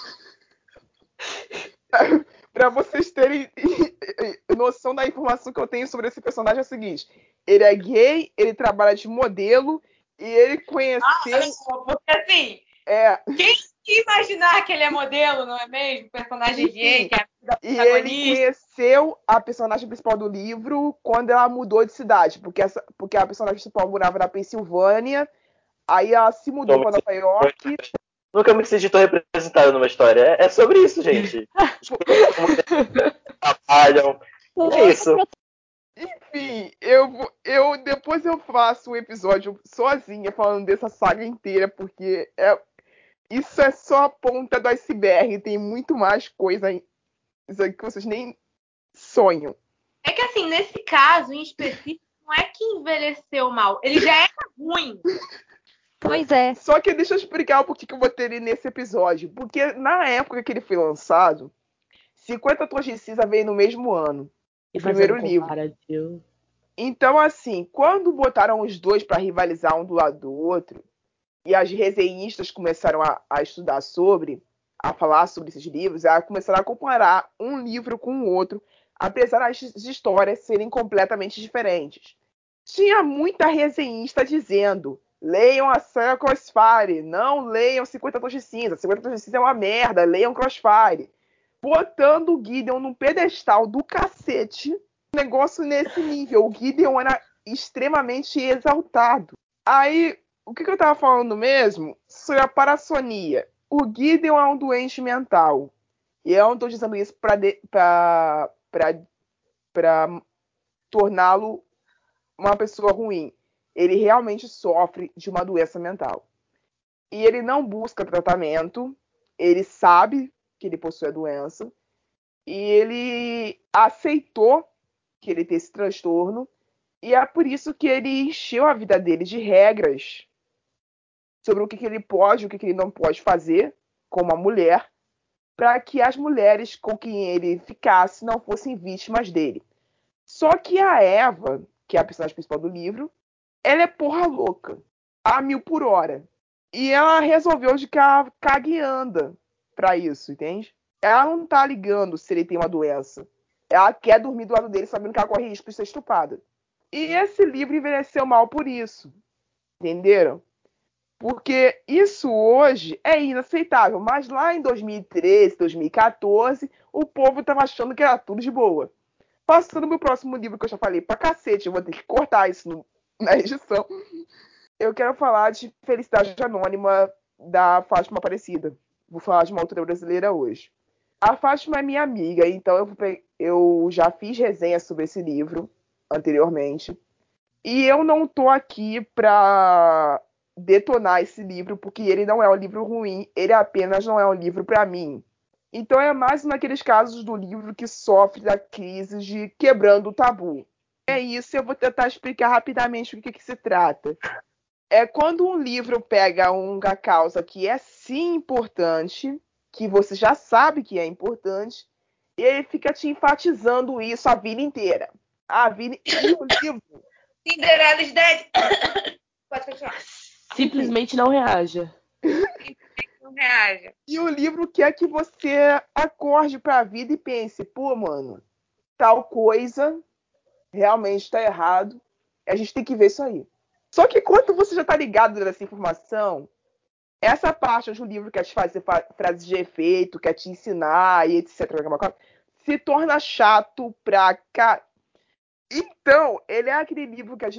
Pra vocês terem noção da informação que eu tenho sobre esse personagem é o seguinte: ele é gay, ele trabalha de modelo e ele conheceu. Porque assim, É, quem imaginar que ele é modelo, não é mesmo? Personagem gay, que é a vida e ele protagonista. conheceu a personagem principal do livro quando ela mudou de cidade, porque a personagem principal morava na Pensilvânia, aí ela se mudou para Nova York. Nunca me senti tão representado numa história. É sobre isso, gente. As coisas atrapalham. É isso. Enfim, depois eu faço um episódio sozinha falando dessa saga inteira, porque isso é só a ponta do iceberg, tem muito mais coisa aí que vocês nem sonham. É que assim, nesse caso em específico, não é que envelheceu mal. Ele já era ruim. Pois é. Só que deixa eu explicar o porquê que eu botei ele nesse episódio. Porque na época que ele foi lançado, 50 Tons de Cinza veio no mesmo ano. E O primeiro fazendo livro. comparativo. Então, assim, quando botaram os dois para rivalizar um do lado do outro, e as resenhistas começaram a estudar a falar sobre esses livros, elas começaram a comparar um livro com o outro, apesar das histórias serem completamente diferentes. Tinha muita resenhista dizendo: leiam a saga Crossfire, não leiam 50 Tons de Cinza, 50 Tons de Cinza é uma merda, leiam Crossfire. Botando o Gideon num pedestal do cacete, negócio nesse nível. O Gideon era extremamente exaltado. Aí, o que eu tava falando mesmo? Sobre a parassonia. O Gideon é um doente mental. E eu não tô dizendo isso pra torná-lo uma pessoa ruim. Ele realmente sofre de uma doença mental. E ele não busca tratamento. Ele sabe que ele possui a doença. E ele aceitou que ele tem esse transtorno. E é por isso que ele encheu a vida dele de regras sobre o que ele pode e o que ele não pode fazer como uma mulher, para que as mulheres com quem ele ficasse não fossem vítimas dele. Só que a Eva, que é a personagem principal do livro, ela é porra louca, a 1000 por hora. E ela resolveu ficar cagueando pra isso, entende? Ela não tá ligando se ele tem uma doença. Ela quer dormir do lado dele sabendo que ela corre risco de ser estuprada. E esse livro envelheceu mal por isso. Entenderam? Porque isso hoje é inaceitável. Mas lá em 2013, 2014, o povo estava achando que era tudo de boa. Passando pro próximo livro que eu já falei pra cacete, eu vou ter que cortar isso na edição. Eu quero falar de Felicidade Anônima, da Fátima Aparecida. Vou falar de uma autora brasileira hoje. A Fátima é minha amiga, então eu já fiz resenha sobre esse livro anteriormente. E eu não tô aqui pra detonar esse livro, porque ele não é um livro ruim, ele apenas não é um livro pra mim. Então é mais um daqueles casos do livro que sofre da crise de quebrando o tabu. É isso, eu vou tentar explicar rapidamente o que se trata. É quando um livro pega uma causa que é sim importante, que você já sabe que é importante, e ele fica te enfatizando isso a vida inteira. E o livro... Cinderela is dead. Pode continuar. Simplesmente não reaja. Não reaja. E o livro quer que você acorde pra vida e pense, pô, mano, tal coisa realmente tá errado. A gente tem que ver isso aí. Só que quando você já tá ligado nessa informação, essa parte onde o livro quer te fazer frases de efeito, quer te ensinar e etc, se torna chato pra cá. Então, ele é aquele livro que é de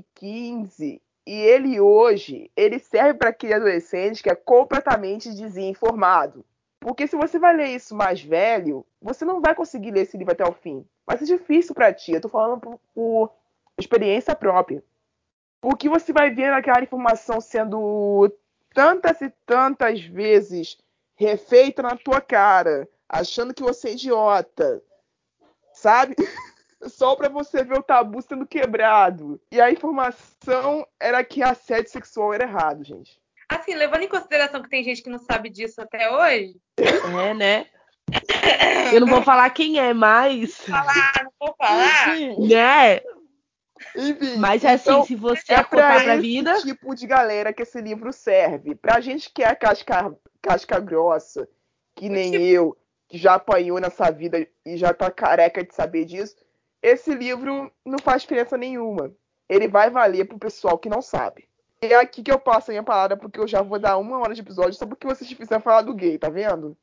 2015 e ele hoje, ele serve para aquele adolescente que é completamente desinformado. Porque se você vai ler isso mais velho, você não vai conseguir ler esse livro até o fim. Vai ser difícil para ti. Eu tô falando por experiência própria. Porque você vai ver aquela informação sendo tantas e tantas vezes refeita na tua cara, achando que você é idiota, sabe? Só pra você ver o tabu sendo quebrado. E a informação era que assédio sexual era errado, gente. Assim, levando em consideração que tem gente que não sabe disso até hoje. É, né? Eu não vou falar quem é, mas. Não vou falar. Né? Enfim, Mas assim, então, se você é acotar pra pra esse vida. tipo de galera que esse livro serve. Pra gente que é casca grossa, que nem eu, que já apanhou nessa vida e já tá careca de saber disso, esse livro não faz diferença nenhuma. Ele vai valer pro pessoal que não sabe. E é aqui que eu passo a minha palavra, porque eu já vou dar 1 hora de episódio só porque vocês fizeram falar do gay, tá vendo?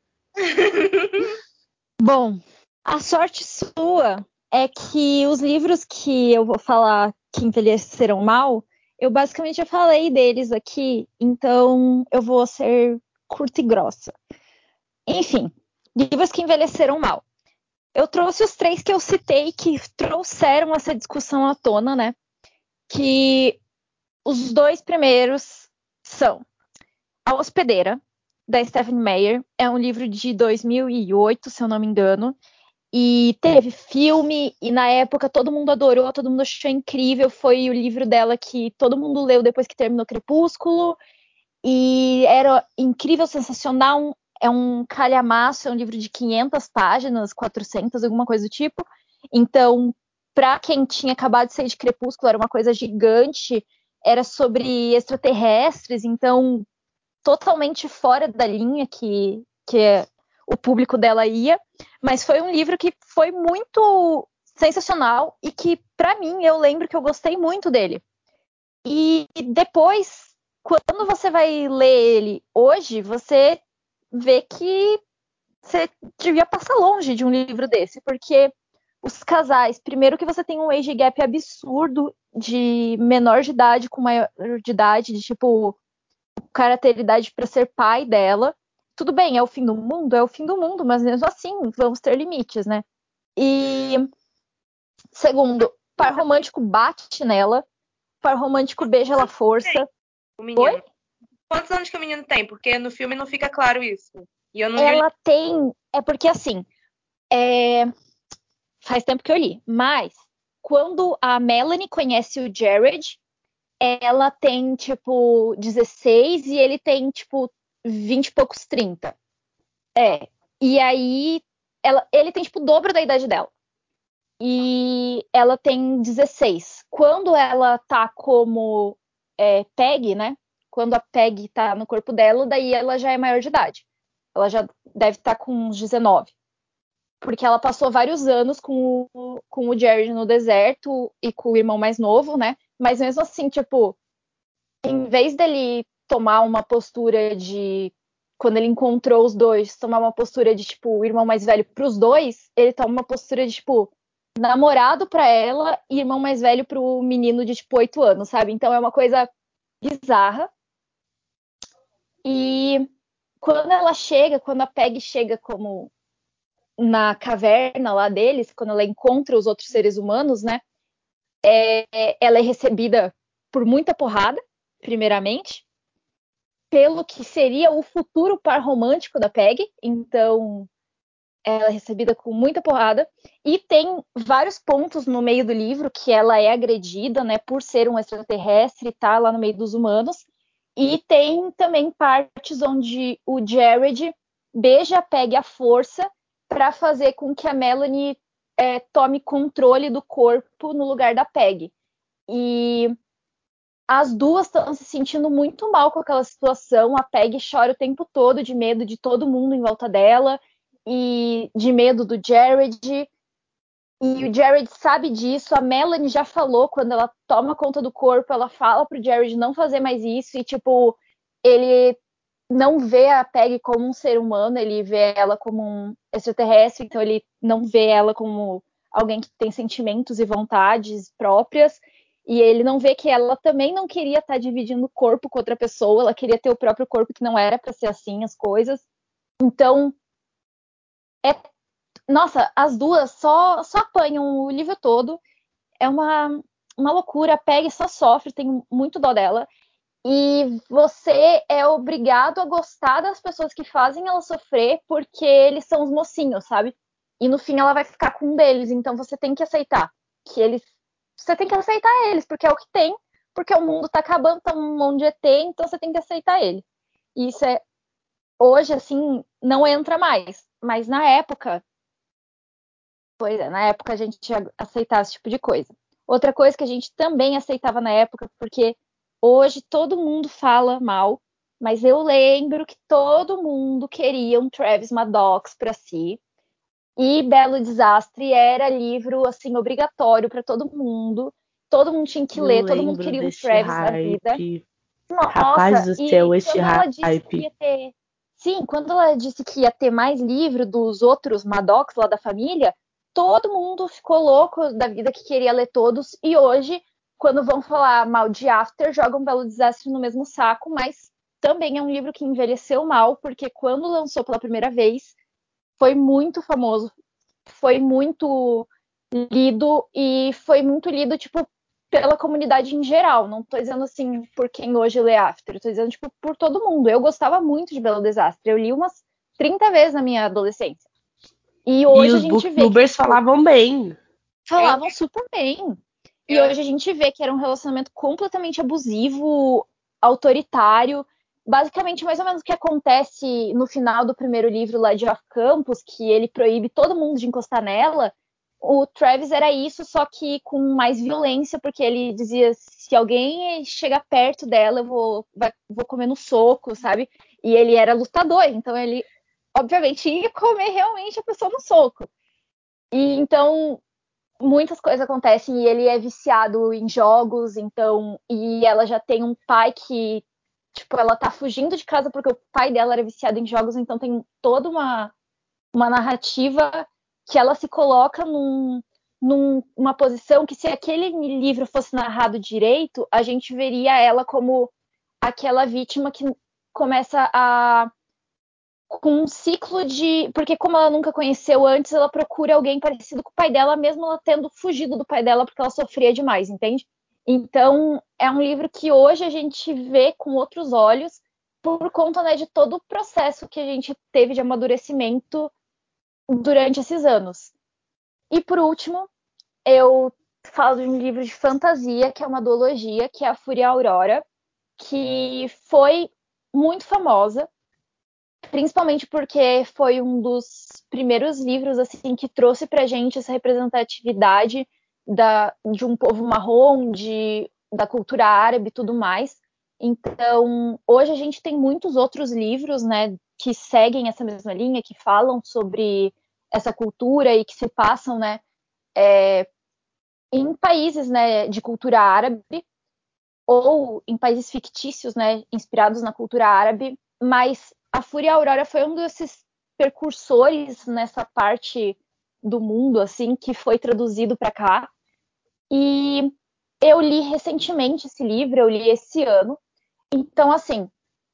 Bom, a sorte sua é que os livros que eu vou falar que envelheceram mal, eu basicamente já falei deles aqui, então eu vou ser curta e grossa. Enfim, livros que envelheceram mal. Eu trouxe os 3 que eu citei que trouxeram essa discussão à tona, né? Que os 2 primeiros são A Hospedeira, da Stephenie Meyer. É um livro de 2008, se eu não me engano. E teve filme, e na época todo mundo adorou, todo mundo achou incrível. Foi o livro dela que todo mundo leu depois que terminou Crepúsculo. E era incrível, sensacional. É um calhamaço, é um livro de 500 páginas, 400, alguma coisa do tipo. Então, para quem tinha acabado de sair de Crepúsculo, era uma coisa gigante. Era sobre extraterrestres, então totalmente fora da linha que o público dela ia. Mas foi um livro que foi muito sensacional e que, para mim, eu lembro que eu gostei muito dele. E depois, quando você vai ler ele hoje, você vê que você devia passar longe de um livro desse, porque os casais, primeiro que você tem um age gap absurdo de menor de idade com maior de idade, de tipo, o cara ter idade para ser pai dela. Tudo bem, é o fim do mundo? É o fim do mundo, mas mesmo assim, vamos ter limites, né? E segundo, par romântico bate nela, par romântico beija ela força. O menino. Oi? Quantos anos que o menino tem? Porque no filme não fica claro isso. E eu não Ela tem. É porque assim. Faz tempo que eu li. Mas quando a Melanie conhece o Jared, ela tem, tipo, 16 e ele tem, tipo, 20 e poucos, 30. E aí ele tem, tipo, o dobro da idade dela. e ela tem 16. Quando ela tá como PEG, né? Quando a PEG tá no corpo dela, daí ela já é maior de idade. Ela já deve estar com uns 19. Porque ela passou vários anos com o Jared no deserto e com o irmão mais novo, né? Mas mesmo assim, tipo, em vez dele tomar uma postura de... Quando ele encontrou os dois, tomar uma postura de, tipo, o irmão mais velho pros dois, ele toma uma postura de, tipo, namorado pra ela e irmão mais velho pro menino de, tipo, 8 anos, sabe? Então é uma coisa bizarra. E quando a Peg chega como na caverna lá deles, quando ela encontra os outros seres humanos, né? Ela é recebida por muita porrada, primeiramente, pelo que seria o futuro par romântico da Peg. Então, ela é recebida com muita porrada. E tem vários pontos no meio do livro que ela é agredida, né? Por ser um extraterrestre e tá lá no meio dos humanos. E tem também partes onde o Jared beija a Peg à força para fazer com que a Melanie tome controle do corpo no lugar da Peg. E as duas estão se sentindo muito mal com aquela situação. A Peg chora o tempo todo de medo de todo mundo em volta dela e de medo do Jared. E o Jared sabe disso. A Melanie já falou, quando ela toma conta do corpo, ela fala pro Jared não fazer mais isso. E, tipo, ele não vê a Peg como um ser humano, ele vê ela como um extraterrestre, então ele não vê ela como alguém que tem sentimentos e vontades próprias, e ele não vê que ela também não queria estar dividindo o corpo com outra pessoa, ela queria ter o próprio corpo, que não era para ser assim as coisas. Então, nossa, as duas só apanham o livro todo, é uma loucura, a Peg só sofre, tem muito dó dela. E você é obrigado a gostar das pessoas que fazem ela sofrer porque eles são os mocinhos, sabe? E no fim ela vai ficar com um deles, então você tem que aceitar que eles. Você tem que aceitar eles, porque é o que tem, porque o mundo tá acabando, tá um monte de ET, então você tem que aceitar ele. E isso hoje, assim, não entra mais. Mas na época, pois é, na época a gente ia aceitar esse tipo de coisa. Outra coisa que a gente também aceitava na época, porque hoje todo mundo fala mal, mas eu lembro que todo mundo queria um Travis Maddox para si. E Belo Desastre era livro assim obrigatório para todo mundo. Todo mundo tinha que Eu ler, todo mundo lembro queria um deste Travis na vida. hype. Rapaz Nossa, do e céu, este quando ela disse que hype. ia ter. Sim, quando ela disse que ia ter mais livro dos outros Maddox lá da família, todo mundo ficou louco da vida que queria ler todos. E hoje, quando vão falar mal de After, jogam Belo Desastre no mesmo saco, mas também é um livro que envelheceu mal, porque quando lançou pela primeira vez, foi muito famoso, foi muito lido e foi muito lido, tipo, pela comunidade em geral. Não tô dizendo assim por quem hoje lê After, tô dizendo, tipo, por todo mundo. Eu gostava muito de Belo Desastre. Eu li umas 30 vezes na minha adolescência. E E hoje a os gente vê que booktubers falavam bem. falavam super bem. E hoje a gente vê que era um relacionamento completamente abusivo, autoritário. Basicamente, mais ou menos o que acontece no final do primeiro livro lá de Off Campus, que ele proíbe todo mundo de encostar nela. O Travis era isso, só que com mais violência, porque ele dizia: se alguém chegar perto dela, eu vou comer no soco, sabe? E ele era lutador, então ele, obviamente, ia comer realmente a pessoa no soco. E então muitas coisas acontecem e ele é viciado em jogos, então, e ela já tem um pai que, tipo, ela tá fugindo de casa porque o pai dela era viciado em jogos, então tem toda uma narrativa que ela se coloca numa posição que, se aquele livro fosse narrado direito, a gente veria ela como aquela vítima que começa com um ciclo de. Porque, como ela nunca conheceu antes, ela procura alguém parecido com o pai dela, mesmo ela tendo fugido do pai dela porque ela sofria demais, entende? Então, é um livro que hoje a gente vê com outros olhos, por conta, né, de todo o processo que a gente teve de amadurecimento durante esses anos. E, por último, eu falo de um livro de fantasia, que é uma duologia, que é A Fúria Aurora, que foi muito famosa principalmente porque foi um dos primeiros livros assim que trouxe pra gente essa representatividade de um povo marrom, da cultura árabe e tudo mais. Então, hoje a gente tem muitos outros livros, né, que seguem essa mesma linha, que falam sobre essa cultura e que se passam, né, em países, né, de cultura árabe ou em países fictícios, né, inspirados na cultura árabe, mas A Fúria e a Aurora foi um desses precursores nessa parte do mundo, assim, que foi traduzido para cá. E eu li recentemente esse livro, eu li esse ano. Então, assim,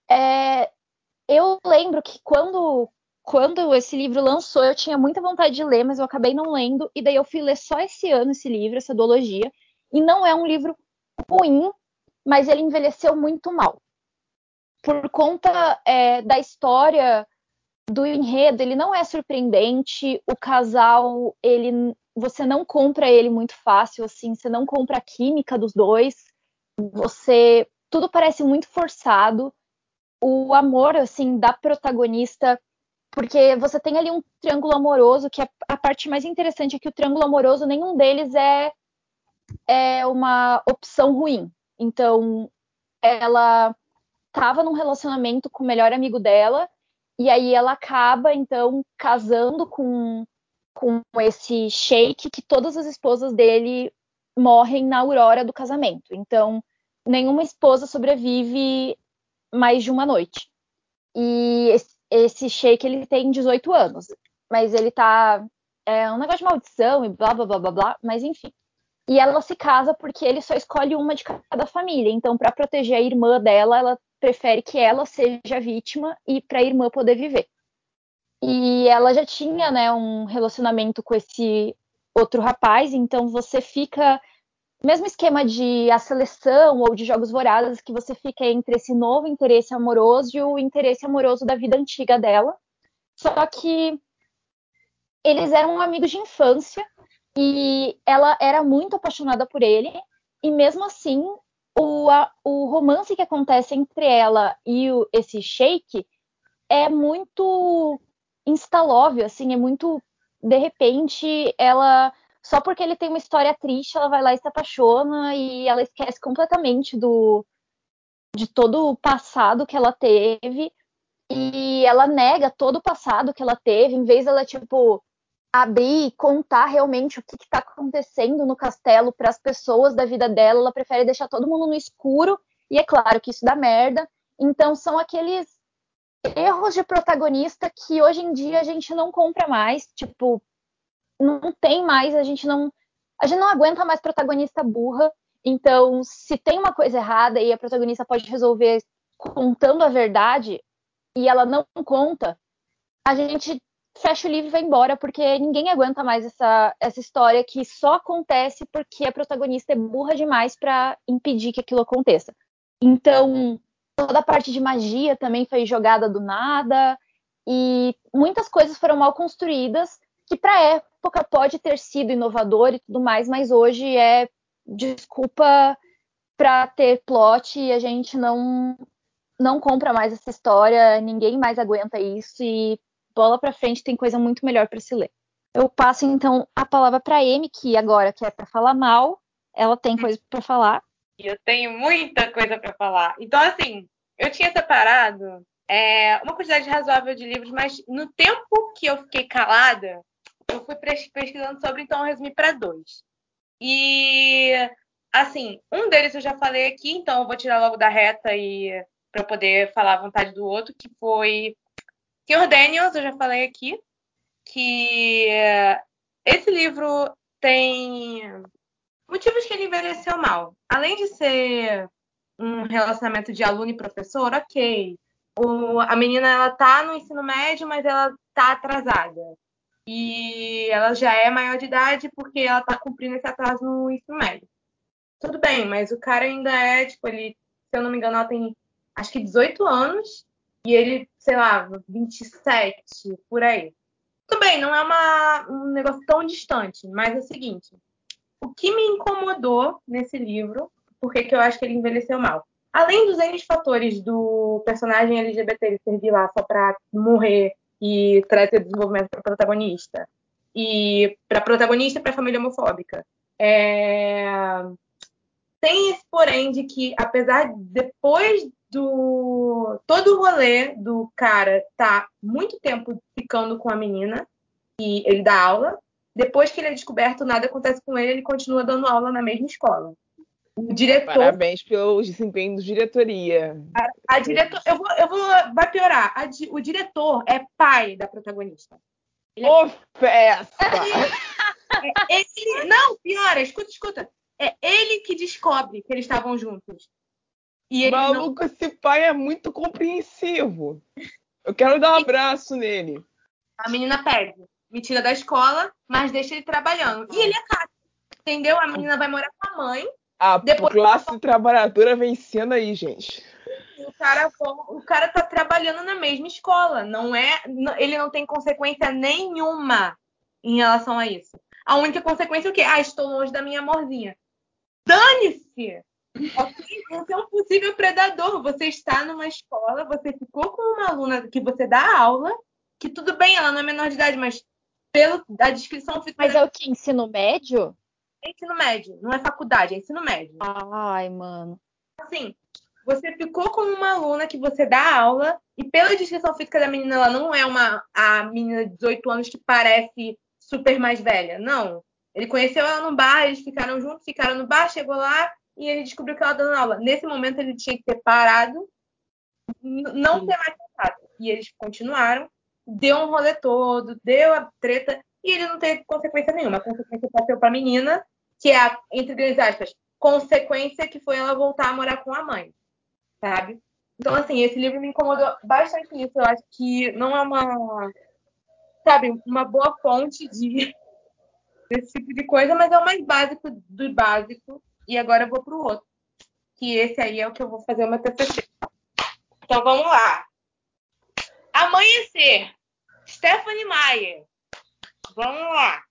eu lembro que quando esse livro lançou, eu tinha muita vontade de ler, mas eu acabei não lendo. E daí eu fui ler só esse ano esse livro, essa duologia. E não é um livro ruim, mas ele envelheceu muito mal. Por conta da história, do enredo, ele não é surpreendente. O casal, você não compra ele muito fácil, assim, você não compra a química dos dois. Tudo parece muito forçado. O amor, assim, da protagonista, porque você tem ali um triângulo amoroso, que a parte mais interessante é que o triângulo amoroso, nenhum deles é uma opção ruim. Então, ela estava num relacionamento com o melhor amigo dela, e aí ela acaba, então, casando com esse sheik, que todas as esposas dele morrem na aurora do casamento. Então, nenhuma esposa sobrevive mais de uma noite. E esse sheik, ele tem 18 anos, mas ele tá... É um negócio de maldição e blá, blá, blá, blá, blá, mas enfim. E ela se casa porque ele só escolhe uma de cada família. Então, para proteger a irmã dela, ela prefere que ela seja vítima e para a irmã poder viver. E ela já tinha, né, um relacionamento com esse outro rapaz, então você fica... Mesmo esquema de A Seleção ou de Jogos Vorazes, que você fica entre esse novo interesse amoroso e o interesse amoroso da vida antiga dela. Só que eles eram amigos de infância e ela era muito apaixonada por ele. E mesmo assim, o romance que acontece entre ela e esse sheik é muito instalóvel, assim, é muito... De repente, ela... Só porque ele tem uma história triste, ela vai lá e se apaixona e ela esquece completamente de todo o passado que ela teve e ela nega todo o passado que ela teve, em vez dela, tipo, abrir e contar realmente o que está acontecendo no castelo para as pessoas da vida dela, ela prefere deixar todo mundo no escuro, e é claro que isso dá merda. Então são aqueles erros de protagonista que hoje em dia a gente não compra mais, tipo, não tem mais, a gente não aguenta mais protagonista burra. Então, se tem uma coisa errada e a protagonista pode resolver contando a verdade e ela não conta, a gente fecha o livro e vai embora, porque ninguém aguenta mais essa história que só acontece porque a protagonista é burra demais para impedir que aquilo aconteça. Então, toda a parte de magia também foi jogada do nada e muitas coisas foram mal construídas, que para a época pode ter sido inovador e tudo mais, mas hoje é desculpa para ter plot e a gente não compra mais essa história, ninguém mais aguenta isso e bola para frente, tem coisa muito melhor para se ler. Eu passo então a palavra para Amy, que agora que é para falar mal, ela tem coisa para falar. Eu tenho muita coisa para falar. Então, assim, eu tinha separado uma quantidade razoável de livros, mas no tempo que eu fiquei calada, eu fui pesquisando sobre, então eu resumi para 2. E, assim, um deles eu já falei aqui, então eu vou tirar logo da reta e para poder falar à vontade do outro, que foi Sr. Daniels, eu já falei aqui, que esse livro tem motivos que ele envelheceu mal. Além de ser um relacionamento de aluno e professor, ok. A menina, ela tá no ensino médio, mas ela tá atrasada. E ela já é maior de idade porque ela tá cumprindo esse atraso no ensino médio. Tudo bem, mas o cara ainda é, tipo, ele, se eu não me engano, ela tem acho que 18 anos e ele, sei lá, 27, por aí. Tudo bem, não é um negócio tão distante, mas é o seguinte, o que me incomodou nesse livro, porque que eu acho que ele envelheceu mal? além dos N fatores do personagem LGBT servir lá só pra morrer e trazer desenvolvimento pra protagonista, e pra protagonista e pra família homofóbica, tem esse porém de que, apesar de depois do todo o rolê do cara tá muito tempo ficando com a menina e ele dá aula, depois que ele é descoberto, nada acontece com ele, ele continua dando aula na mesma escola. O diretor... Parabéns pelo desempenho do diretoria. Vai piorar. O diretor é pai da protagonista. Festa! Não, piora, escuta. É ele que descobre que eles estavam juntos. E ele Maluco, esse pai é muito compreensivo. Eu quero dar um abraço nele. A menina pede, me tira da escola, mas deixa ele trabalhando. E ele acata, entendeu? A menina vai morar com a mãe. Depois classe trabalhadora vencendo aí, gente. O cara tá trabalhando na mesma escola. Ele não tem consequência nenhuma em relação a isso. A única consequência é o quê? Estou longe da minha amorzinha. Dane-se! Você é um possível predador. Você está numa escola, você ficou com uma aluna que você dá aula, que tudo bem, ela não é menor de idade, mas a descrição fica... Mas é o que? Ensino médio? É ensino médio, não é faculdade, é ensino médio. Ai, mano. Assim, você ficou com uma aluna que você dá aula, e pela descrição física da menina, ela não é a menina de 18 anos que parece super mais velha. Não. Ele conheceu ela no bar, eles ficaram juntos, ficaram no bar, chegou lá e ele descobriu que ela dando aula. Nesse momento ele tinha que ter parado, não ter mais contato. E eles continuaram, deu um rolê todo, deu a treta, e ele não teve consequência nenhuma. A consequência passou pra menina, que é a, entre grandes aspas, consequência que foi ela voltar a morar com a mãe, sabe? Então, assim, esse livro me incomodou bastante nisso. Eu acho que não é uma boa fonte desse tipo de coisa, mas é o mais básico do básico. E agora eu vou pro outro, que esse aí é o que eu vou fazer uma TCC. Então, vamos lá. Amanhecer. Stephenie Meyer. Vamos lá.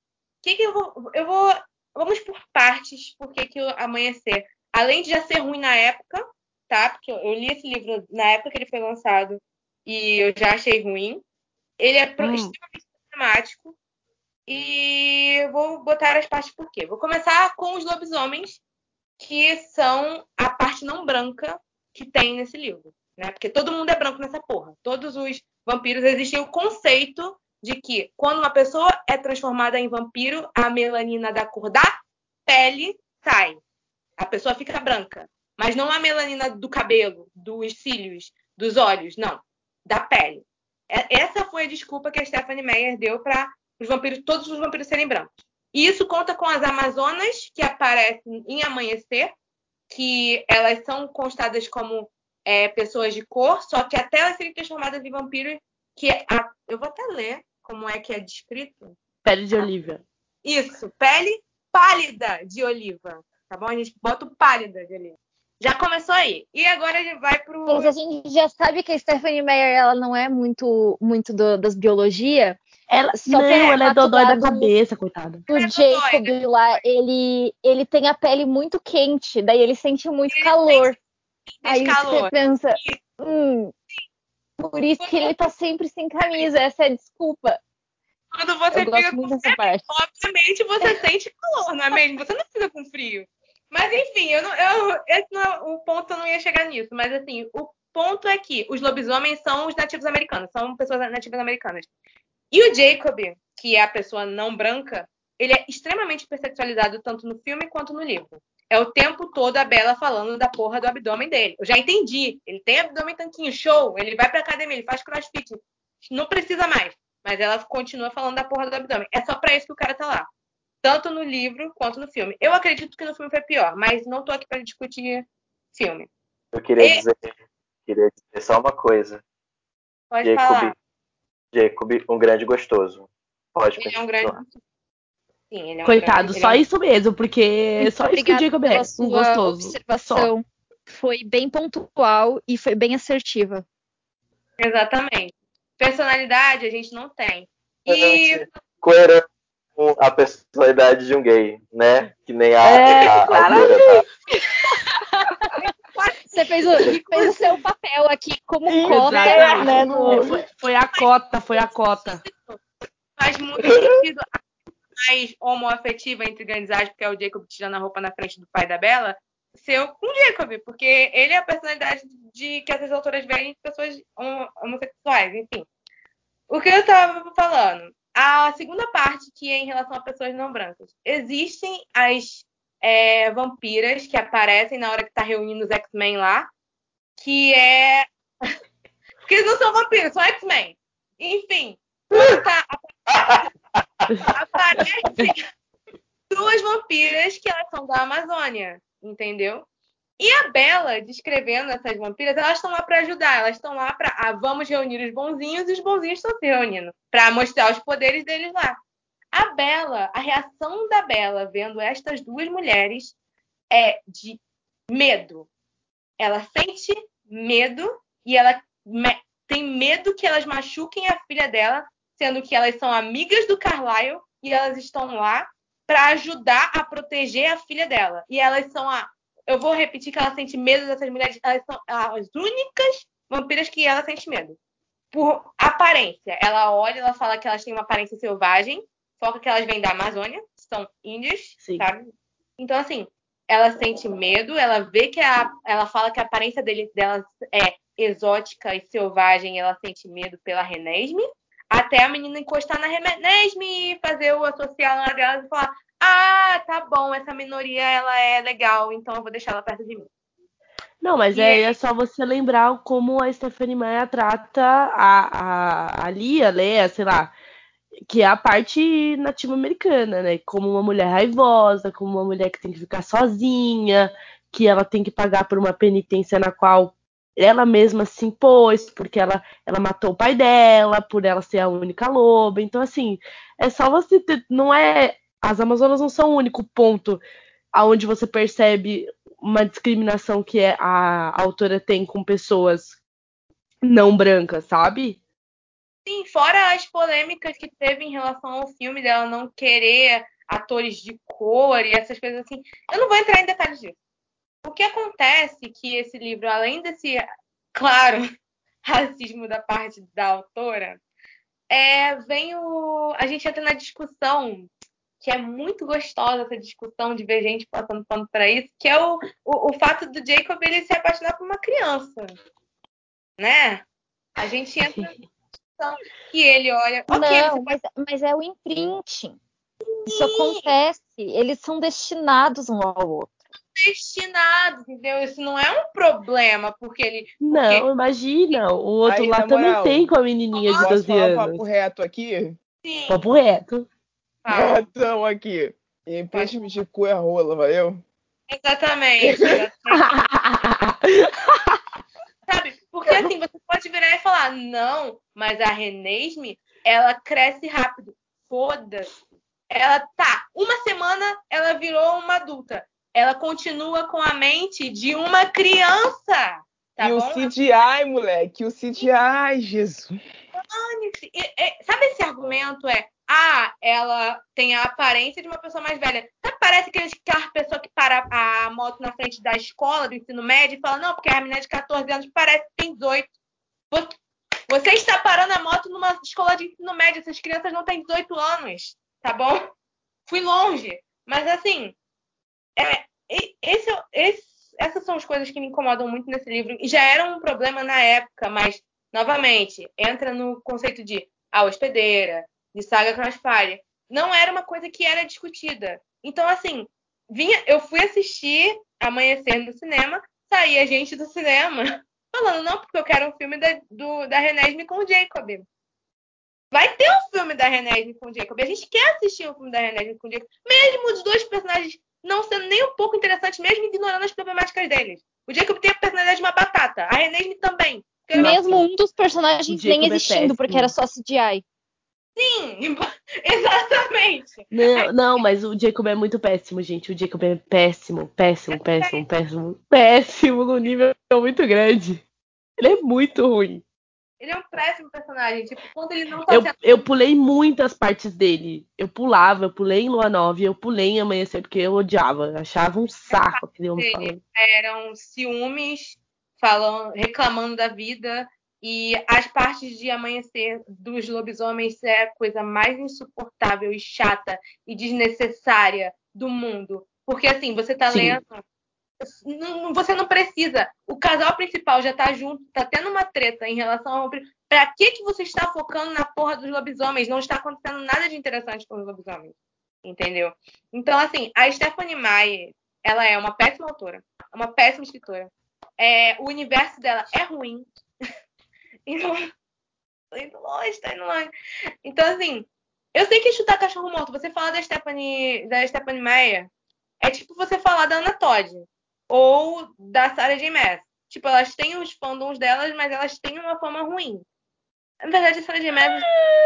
Vamos por partes. Por que o Amanhecer? Além de já ser ruim na época, tá? Porque eu li esse livro na época que ele foi lançado e eu já achei ruim. Ele é extremamente problemático. E eu vou botar as partes por quê. Vou começar com os lobisomens, que são a parte não branca que tem nesse livro, né? Porque todo mundo é branco nessa porra. Todos os vampiros, existem o conceito de que quando uma pessoa é transformada em vampiro, a melanina da cor da pele sai. A pessoa fica branca. Mas não a melanina do cabelo, dos cílios, dos olhos, não. Da pele. Essa foi a desculpa que a Stephenie Meyer deu para todos os vampiros serem brancos. E isso conta com as Amazonas, que aparecem em Amanhecer, que elas são constadas como pessoas de cor, só que até elas serem transformadas em vampiros, eu vou até ler como é que é descrito. Pele de oliva. Isso, pele pálida de oliva. Tá bom? A gente bota o pálida de oliva. Já começou aí. E agora a gente vai pro... Mas a gente já sabe que a Stephenie Meyer, ela não é muito das biologia. Ela é dodói da cabeça, coitada. O Jacob lá, ele tem a pele muito quente, daí ele sente muito calor. Aí você pensa, por isso que ele tá sempre sem camisa, essa é a desculpa. Quando você gosto muito dessa parte. Obviamente você sente calor, não é mesmo? Você não fica com frio. Mas enfim, o ponto eu não ia chegar nisso. Mas assim, o ponto é que os lobisomens são os nativos americanos, são pessoas nativas americanas. E o Jacob, que é a pessoa não branca, ele é extremamente hipersexualizado tanto no filme quanto no livro. É o tempo todo a Bella falando da porra do abdômen dele. Eu já entendi. Ele tem abdômen tanquinho, show. Ele vai pra academia, ele faz crossfit. Não precisa mais. Mas ela continua falando da porra do abdômen. É só pra isso que o cara tá lá. Tanto no livro quanto no filme. Eu acredito que no filme foi pior, mas não tô aqui pra discutir filme. Eu queria dizer só uma coisa. Pode falar. Jacob, um grande gostoso. Pode Ele continuar. é um grande... Sim, ele é um Coitado, grande... só isso mesmo, porque Muito só isso que o Jacob é. Um gostoso. Observação foi bem pontual e foi bem assertiva. Exatamente. Personalidade a gente não tem. E coerente com a personalidade de um gay, né? Que nem a Você fez o seu papel aqui como cota, Exatamente. né? Foi a cota. Faz muito sentido a mais homoafetiva entre grandes aspas, que é o Jacob tirando a roupa na frente do pai da Bella, ser com o Jacob, porque ele é a personalidade de que essas autoras veem pessoas homossexuais, enfim. O que eu estava falando? A segunda parte, que é em relação a pessoas não brancas. Existem as vampiras que aparecem na hora que tá reunindo os X-Men lá, que é... Porque eles não são vampiros, são X-Men. Enfim, aparecem 2 vampiras que elas são da Amazônia, entendeu? E a Bella, descrevendo essas vampiras, elas estão lá para ajudar. Elas estão lá para vamos reunir os bonzinhos, e os bonzinhos estão se reunindo para mostrar os poderes deles lá. A Bella, a reação da Bella vendo estas 2 mulheres é de medo. Ela sente medo e ela tem medo que elas machuquem a filha dela, sendo que elas são amigas do Carlyle e elas estão lá para ajudar a proteger a filha dela. E elas são eu vou repetir que ela sente medo dessas mulheres. Elas são as únicas vampiras que ela sente medo. Por aparência. Ela olha, ela fala que elas têm uma aparência selvagem, foca que elas vêm da Amazônia, são índias, sabe? Então, assim, ela sente medo, ela vê que ela fala que a aparência delas é exótica e selvagem, ela sente medo pela Renesmee, até a menina encostar na Renesmee e fazer o associar lá dela e falar: ah, tá bom, essa minoria ela é legal, então eu vou deixar ela perto de mim. Não, mas é só você lembrar como a Stephenie Meyer trata a Lia, Lea, sei lá, que é a parte nativa americana, né? Como uma mulher raivosa, como uma mulher que tem que ficar sozinha, que ela tem que pagar por uma penitência na qual ela mesma se impôs, porque ela matou o pai dela, por ela ser a única loba. Então, assim, é só você ter. Não é. As Amazonas não são o único ponto aonde você percebe uma discriminação que a autora tem com pessoas não brancas, sabe? Sim, fora as polêmicas que teve em relação ao filme dela não querer atores de cor e essas coisas assim. Eu não vou entrar em detalhes disso. O que acontece é que esse livro, além desse, claro, racismo da parte da autora, a gente entra na discussão, que é muito gostosa essa discussão de ver gente passando pano para isso, que é o fato do Jacob ele se apaixonar por uma criança, né? A gente entra na discussão que ele olha... Não, mas é o imprinting. Isso acontece. Eles são destinados um ao outro. Destinados, entendeu? Isso não é um problema, porque ele... Não, imagina. O outro Aí, lá na também moral, tem com a menininha de Posso 12 falar anos. papo reto aqui? Sim. Papo reto. Retão aqui. Impeachment de cu é rola, valeu? Exatamente. Sabe? Porque assim, você pode virar e falar, não, mas a Renesmee, ela cresce rápido. Foda-se. Ela tá, uma semana ela virou uma adulta. Ela continua com a mente de uma criança. Tá e bom? o CGI, moleque, o CGI, Jesus. Sabe esse argumento ela tem a aparência de uma pessoa mais velha. Sabe, parece aquela pessoa que para a moto na frente da escola, do ensino médio, e fala, não, porque a menina de 14 anos parece que tem 18. Você está parando a moto numa escola de ensino médio, essas crianças não têm 18 anos, tá bom? Fui longe. Mas assim, essas são as coisas que me incomodam muito nesse livro. E já era um problema na época, mas, novamente, entra no conceito de hospedeira, de saga Crossfire. Não era uma coisa que era discutida. Então, assim, eu fui assistir Amanhecer no cinema, saía gente do cinema falando, não, porque eu quero um filme da Renesmee com o Jacob. Vai ter um filme da Renesmee com o Jacob. A gente quer assistir um filme da Renesmee com o Jacob. Mesmo os 2 personagens não sendo nem um pouco interessantes, mesmo ignorando as problemáticas deles. O Jacob tem a personalidade de uma batata. A Renesmee também. Mesmo um dos personagens nem existindo, porque era só CGI. Sim, exatamente. Não, mas o Jacob é muito péssimo, gente. O Jacob é péssimo num nível muito grande. Ele é muito ruim. Ele é um péssimo personagem. Tipo, quando ele não tá eu pulei muitas partes dele. Eu pulei em Lua Nova, eu pulei em Amanhecer, porque eu odiava. Eu achava um saco aquele homem falando. Eram ciúmes reclamando da vida. E as partes de amanhecer dos lobisomens é a coisa mais insuportável e chata e desnecessária do mundo. Porque assim, você tá lendo, você não precisa. O casal principal já tá junto, tá tendo uma treta em relação ao... Pra que você está focando na porra dos lobisomens? Não está acontecendo nada de interessante com os lobisomens. Entendeu? Então, assim, a Stephanie Meyer, ela é uma péssima autora, uma péssima escritora. O universo dela é ruim. Então, tá indo longe. Então, assim, eu sei que chutar cachorro morto, você falar da Stephanie Meyer, é tipo você falar da Anna Todd ou da Sarah J. Maas. Tipo, elas têm os fandoms delas, mas elas têm uma fama ruim. Na verdade, a Sarah J. Maas...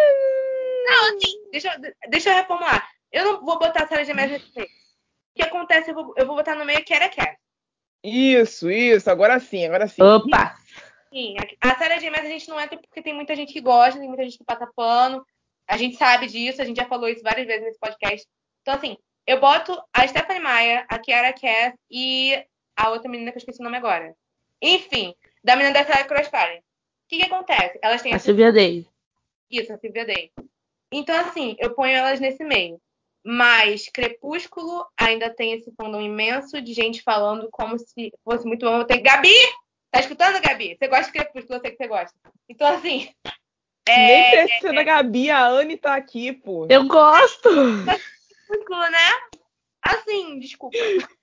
Não, assim, deixa eu reformular. Eu não vou botar a Sarah J. Maas nesse meio. O que acontece, eu vou botar no meio que era Cass. Isso, agora sim. Opa! Sim, a Sarah J. Maas a gente não entra porque tem muita gente que gosta, tem muita gente que passa pano. A gente sabe disso, a gente já falou isso várias vezes nesse podcast. Então, assim, eu boto a Stephanie Meyer, a Kiara Cass e a outra menina que eu esqueci o nome agora. Enfim, da menina da Sarah Crossfire. O que acontece? Elas têm A Sylvia Day. Isso, a Sylvia Day. Então, assim, eu ponho elas nesse meio. Mas Crepúsculo ainda tem esse fandom imenso de gente falando como se fosse muito bom. Gabi! Tá escutando, Gabi? Você gosta de Crepúsculo, eu sei que você gosta. Então, assim... Nem precisa da Gabi, a Anne tá aqui, pô. Eu gosto! Crepúsculo, né? Assim, desculpa.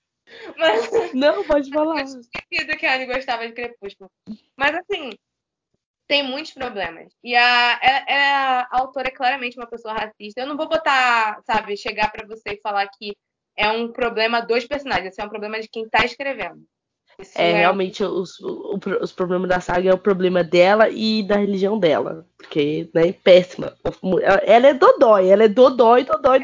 Mas... Não, pode falar. Eu tinha esquecido que a Anne gostava de Crepúsculo. Mas, assim, tem muitos problemas. E a autora é claramente uma pessoa racista. Eu não vou botar, sabe, chegar pra você e falar que é um problema dos personagens. Esse é um problema de quem tá escrevendo. Realmente, os problemas da saga é o problema dela e da religião dela. Porque, né, péssima. Ela é dodói. Ela é dodói.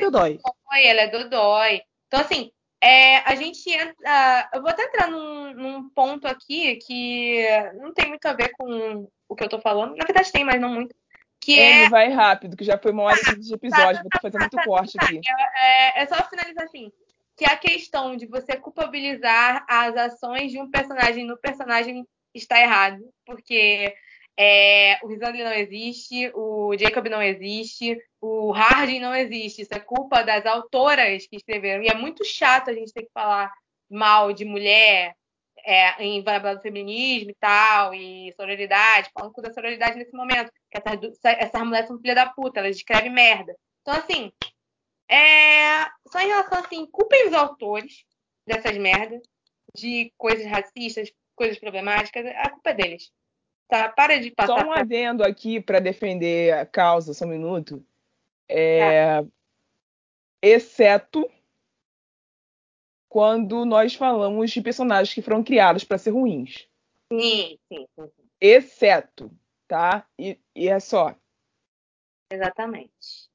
Ela é dodói. Então, assim, a gente entra... Eu vou até entrar num ponto aqui que não tem muito a ver com o que eu tô falando. Na verdade tem, mas não muito. Que vai rápido, que já foi uma hora de episódio. Vou fazer muito corte aqui. É só finalizar assim. Que a questão de você culpabilizar as ações de um personagem no personagem está errado. Porque o Rhysand não existe, o Jacob não existe, o Hardin não existe. Isso é culpa das autoras que escreveram. E é muito chato a gente ter que falar mal de mulher em blá do feminismo e tal, e sororidade, falando da sororidade nesse momento. Que essas mulheres são filha da puta, elas escrevem merda. Então, assim, só em relação assim, culpem os autores dessas merdas, de coisas racistas, coisas problemáticas, a culpa é deles. Tá? Para de passar. Só um adendo aqui para defender a causa, só um minuto. Exceto quando nós falamos de personagens que foram criados para ser ruins. Sim. Exceto, tá? E é só. Exatamente.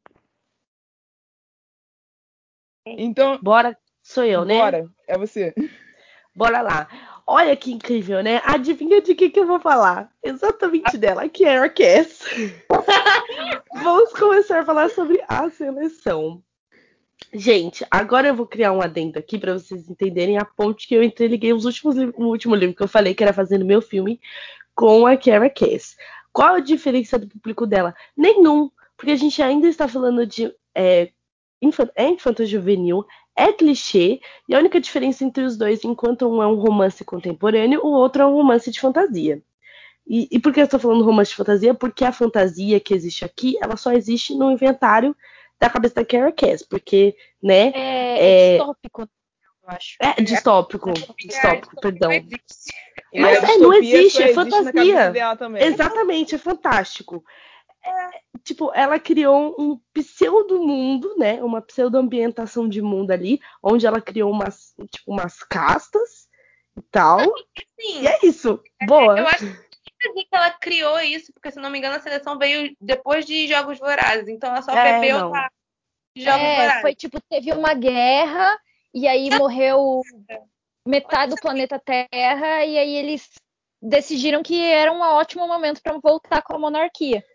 Então, bora, sou eu, né? Bora, é você. Bora lá. Olha que incrível, né? Adivinha de que eu vou falar? Exatamente dela, que é a Cass. Vamos começar a falar sobre a seleção. Gente, agora eu vou criar um adendo aqui para vocês entenderem a ponte que eu entreliguei o último livro que eu falei que era fazendo meu filme com a Kiara Cass. Qual a diferença do público dela? Nenhum, porque a gente ainda está falando de infanto-juvenil, é clichê, e a única diferença entre os dois, enquanto um é um romance contemporâneo, o outro é um romance de fantasia. E por que eu estou falando romance de fantasia? Porque a fantasia que existe aqui, ela só existe no inventário da cabeça da Kiara Cass, porque, né... É distópico, eu acho. Distópico, perdão. Mas não existe, é fantasia. Na cabeça dela também. Exatamente, é fantástico. Tipo, ela criou um pseudo-mundo, né? Uma pseudo-ambientação de mundo ali, onde ela criou umas castas e tal. Sim. E é isso. Boa. Eu acho que ela criou isso, porque, se não me engano, a seleção veio depois de Jogos Vorazes. Então ela só bebeu de Jogos Vorazes. Foi tipo, teve uma guerra, e aí morreu metade do planeta Terra, e aí eles decidiram que era um ótimo momento para voltar com a monarquia.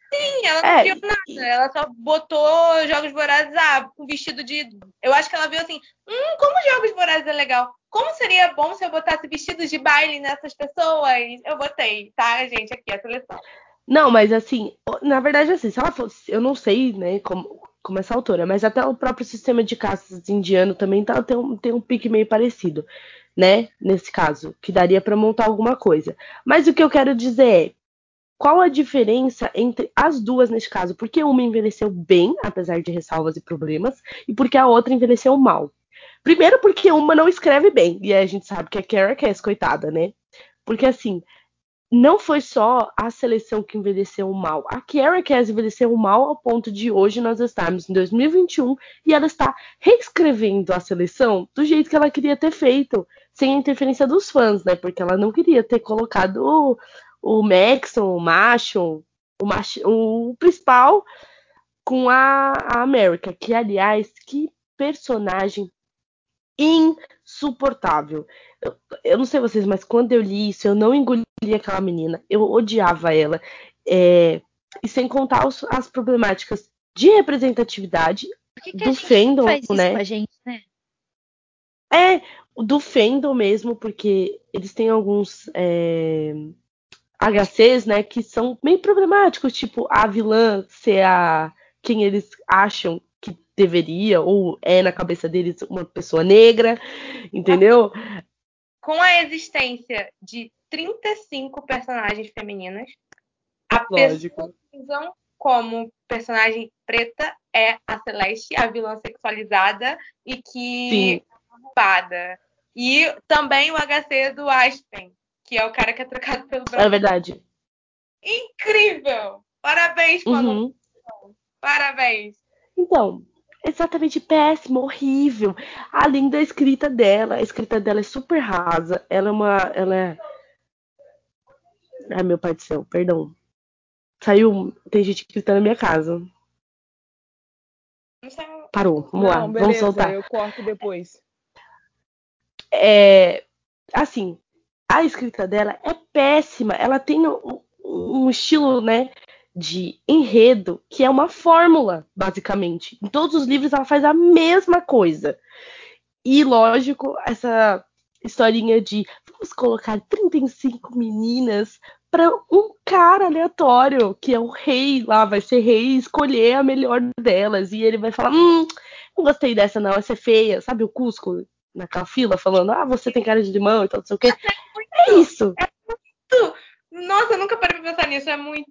Sim, ela não criou nada. Ela só botou Jogos Vorazes, com vestido de... Eu acho que ela viu assim, como Jogos Vorazes é legal. Como seria bom se eu botasse vestidos de baile nessas pessoas? Eu botei, tá, gente? Aqui, a seleção. Não, mas assim, na verdade, assim, se ela fosse, eu não sei, né, como essa autora, mas até o próprio sistema de castas indiano também tem um pique meio parecido, né, nesse caso, que daria pra montar alguma coisa. Mas o que eu quero dizer é, qual a diferença entre as duas nesse caso? Porque uma envelheceu bem, apesar de ressalvas e problemas, e porque a outra envelheceu mal. Primeiro porque uma não escreve bem, e aí a gente sabe que a Kara Cass, coitada, né? Porque assim, não foi só a seleção que envelheceu mal. A Kiara Cass envelheceu mal ao ponto de hoje nós estarmos em 2021 e ela está reescrevendo a seleção do jeito que ela queria ter feito, sem a interferência dos fãs, né? Porque ela não queria ter colocado o Maxon, o principal com a América, que aliás, que personagem insuportável. Eu não sei vocês, mas quando eu li isso, eu não engoli aquela menina. Eu odiava ela. E sem contar as problemáticas de representatividade Por que do a gente fandom, faz isso né? com a gente, né? Do fandom mesmo, porque eles têm alguns HCs, né, que são meio problemáticos, tipo a vilã ser quem eles acham que deveria, ou é na cabeça deles uma pessoa negra, entendeu? Com a existência de 35 personagens femininas, a Lógico. pessoa que usam como personagem preta é a Celeste, a vilã sexualizada e que é roubada. E também o HC do Aspen, que é o cara que é trocado pelo Brasil. É verdade. Incrível! Parabéns, Manu. Parabéns. Então, exatamente péssimo, horrível. Além da escrita dela, a escrita dela é super rasa. Ela é. Ai, meu pai do céu, perdão. Saiu. Tem gente gritando na minha casa. Parou, vamos lá, beleza, vamos soltar. eu corto depois. Assim, a escrita dela é péssima. Ela tem um estilo, né, de enredo que é uma fórmula, basicamente. Em todos os livros ela faz a mesma coisa. E, lógico, essa historinha de vamos colocar 35 meninas para um cara aleatório, que é o rei lá, vai ser rei, e escolher a melhor delas. E ele vai falar: não gostei dessa, não, essa é feia. Sabe o Cusco naquela fila falando: você tem cara de limão e tal, não sei o quê. É isso. É muito. Nossa, eu nunca parei pra pensar nisso, é muito.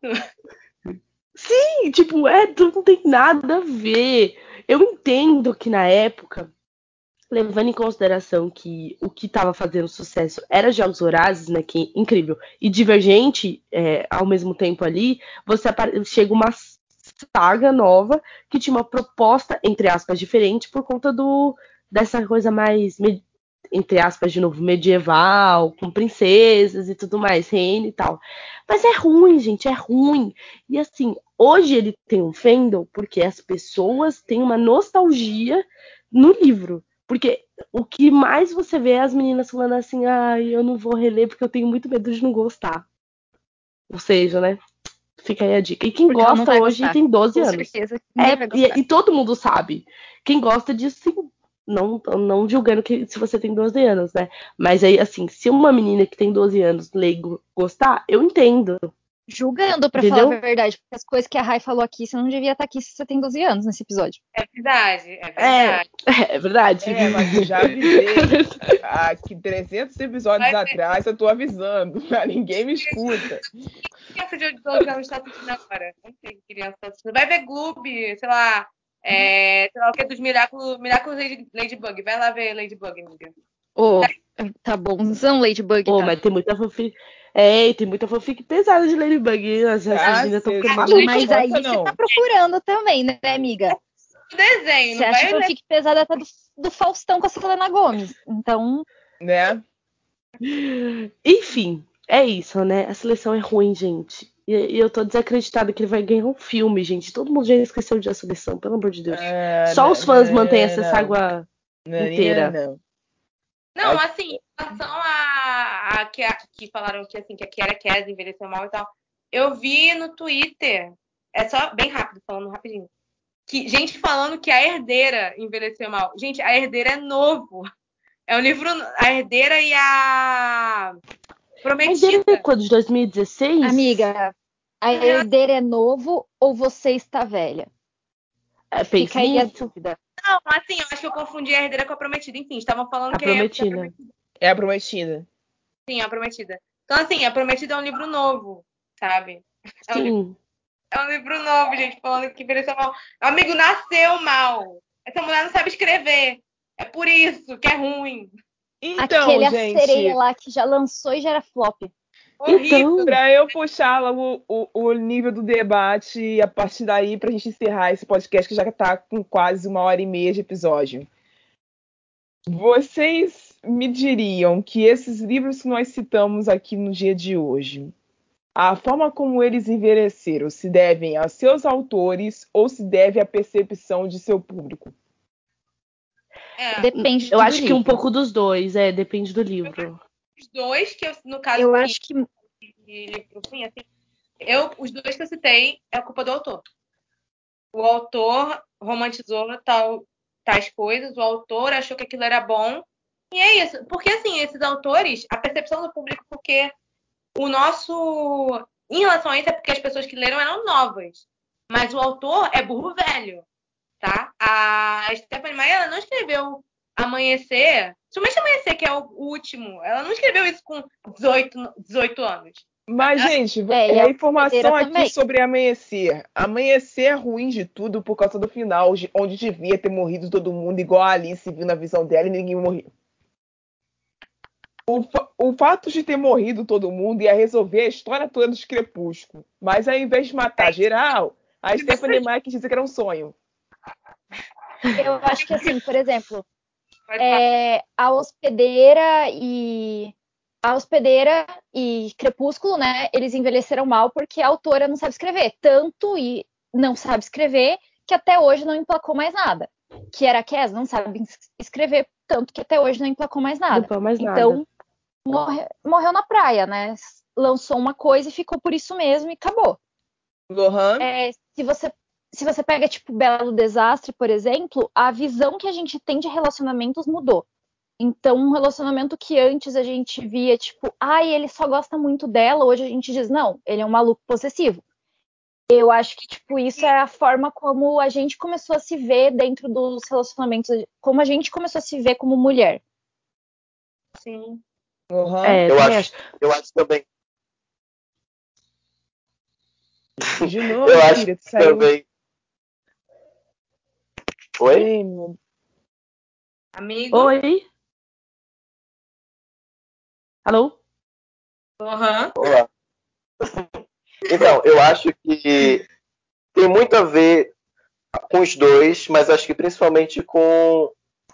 Sim, tipo, não tem nada a ver. Eu entendo que na época, levando em consideração que o que estava fazendo sucesso era Jogos Vorazes, né? Que incrível. E Divergente, ao mesmo tempo ali, chega uma saga nova que tinha uma proposta, entre aspas, diferente por conta dessa coisa mais, entre aspas, de novo, medieval, com princesas e tudo mais, reino e tal. Mas é ruim, gente, é ruim. E assim, hoje ele tem um fandom porque as pessoas têm uma nostalgia no livro. Porque o que mais você vê é as meninas falando assim, eu não vou reler porque eu tenho muito medo de não gostar. Ou seja, né? Fica aí a dica. E quem Porque ela não gosta vai hoje gostar. tem 12 Com anos. certeza que ninguém vai gostar. E todo mundo sabe. Quem gosta disso, sim. Não julgando que se você tem 12 anos, né? Mas aí, assim, se uma menina que tem 12 anos leigo gostar, eu entendo. Julgando, pra Entendeu? falar a verdade. Porque as coisas que a Rai falou aqui, você não devia estar aqui se você tem 12 anos nesse episódio. É verdade, é verdade. É verdade. Mas eu já avisei aqui 300 episódios atrás, eu tô avisando. Ninguém me escuta. Criança de 12 anos está assistindo agora. Não sei que criança está assistindo. Vai ver Gloob, sei lá o que dos Miraculous Ladybug. Vai lá ver Ladybug, amiga. Tá bonzão, Ladybug, tá? Mas tem muita fanfic. Tem muita fanfic pesada de Ladybug. Essas meninas estão ficando malucas. Mas aí você tá procurando também, né, amiga? Desenho, você acha fanfic pesada até do Faustão com a Selena Gomez. Então. Né? Enfim, é isso, né? A seleção é ruim, gente. E eu tô desacreditada que ele vai ganhar um filme, gente. Todo mundo já esqueceu de A Seleção, pelo amor de Deus. Só os fãs mantêm essa água inteira. Não, assim, em relação a que falaram que, assim, que a Kiara Cass envelheceu mal e tal, eu vi no Twitter É só bem rápido, falando rapidinho. Gente falando que a Herdeira envelheceu mal. Gente, a Herdeira é novo. É um livro... A Herdeira e a Prometida. A Herdeira é quando? De 2016? Amiga, a Herdeira é novo ou você está velha? Pense Fica aí a nisso. dúvida. Não, assim, eu acho que eu confundi a Herdeira com a Prometida. Enfim, estavam falando A que é Prometida. É a Prometida. Sim, a Prometida. Então, assim, a Prometida é um livro novo, sabe? Sim. É um livro novo, gente, falando que envelheceu mal. Amigo, nasceu mal. Essa mulher não sabe escrever. É por isso que é ruim. Então, Aquele gente, A Sereia lá que já lançou e já era flop. Horrível. Então, para eu puxar lá o nível do debate, e a partir daí, pra gente encerrar esse podcast, que já tá com quase 1h30 de episódio. Vocês me diriam que esses livros que nós citamos aqui no dia de hoje, a forma como eles envelheceram, se devem a seus autores ou se deve à percepção de seu público? Depende eu do acho que um livro. pouco dos dois, depende do livro. Os dois, que eu, no caso, Eu acho que de livro, assim, os dois que eu citei é a culpa do autor. O autor romantizou tais coisas, o autor achou que aquilo era bom. E é isso. Porque, assim, esses autores, a percepção do público, porque o nosso... Em relação a isso, é porque as pessoas que leram eram novas. Mas o autor é burro velho, tá? A Stephanie Meyer, ela não escreveu Amanhecer, somente Amanhecer, que é o último. Ela não escreveu isso com 18 anos. Mas, gente, e a a informação Hospedeira aqui também. sobre Amanhecer. Amanhecer é ruim de tudo por causa do final, onde devia ter morrido todo mundo, igual a Alice viu na visão dela e ninguém morreu. O fato de ter morrido todo mundo ia resolver a história toda do Crepúsculo. Mas ao invés de matar geral, a Stephanie Meyer quis dizer que era um sonho. Eu acho que, assim, por exemplo, a Hospedeira e Crepúsculo, né? Eles envelheceram mal porque a autora não sabe escrever. Tanto e não sabe escrever que até hoje não emplacou mais nada. Que era a Cass, não sabe escrever, tanto que até hoje não emplacou mais nada. Não mais nada. Então, morreu na praia, né? Lançou uma coisa e ficou por isso mesmo e acabou. Lohan? Se você pega, tipo, Belo Desastre, por exemplo, a visão que a gente tem de relacionamentos mudou. Então, um relacionamento que antes a gente via, tipo, ele só gosta muito dela, hoje a gente diz, não, ele é um maluco possessivo. Eu acho que, tipo, isso é a forma como a gente começou a se ver dentro dos relacionamentos, como a gente começou a se ver como mulher. Sim. Lohan? Eu acho também. De novo, Eu acho filha, tu saiu. também. Oi? Ei, meu... Amigo? Oi? Alô? Uhum. Olá. Então, eu acho que tem muito a ver com os dois, mas acho que principalmente com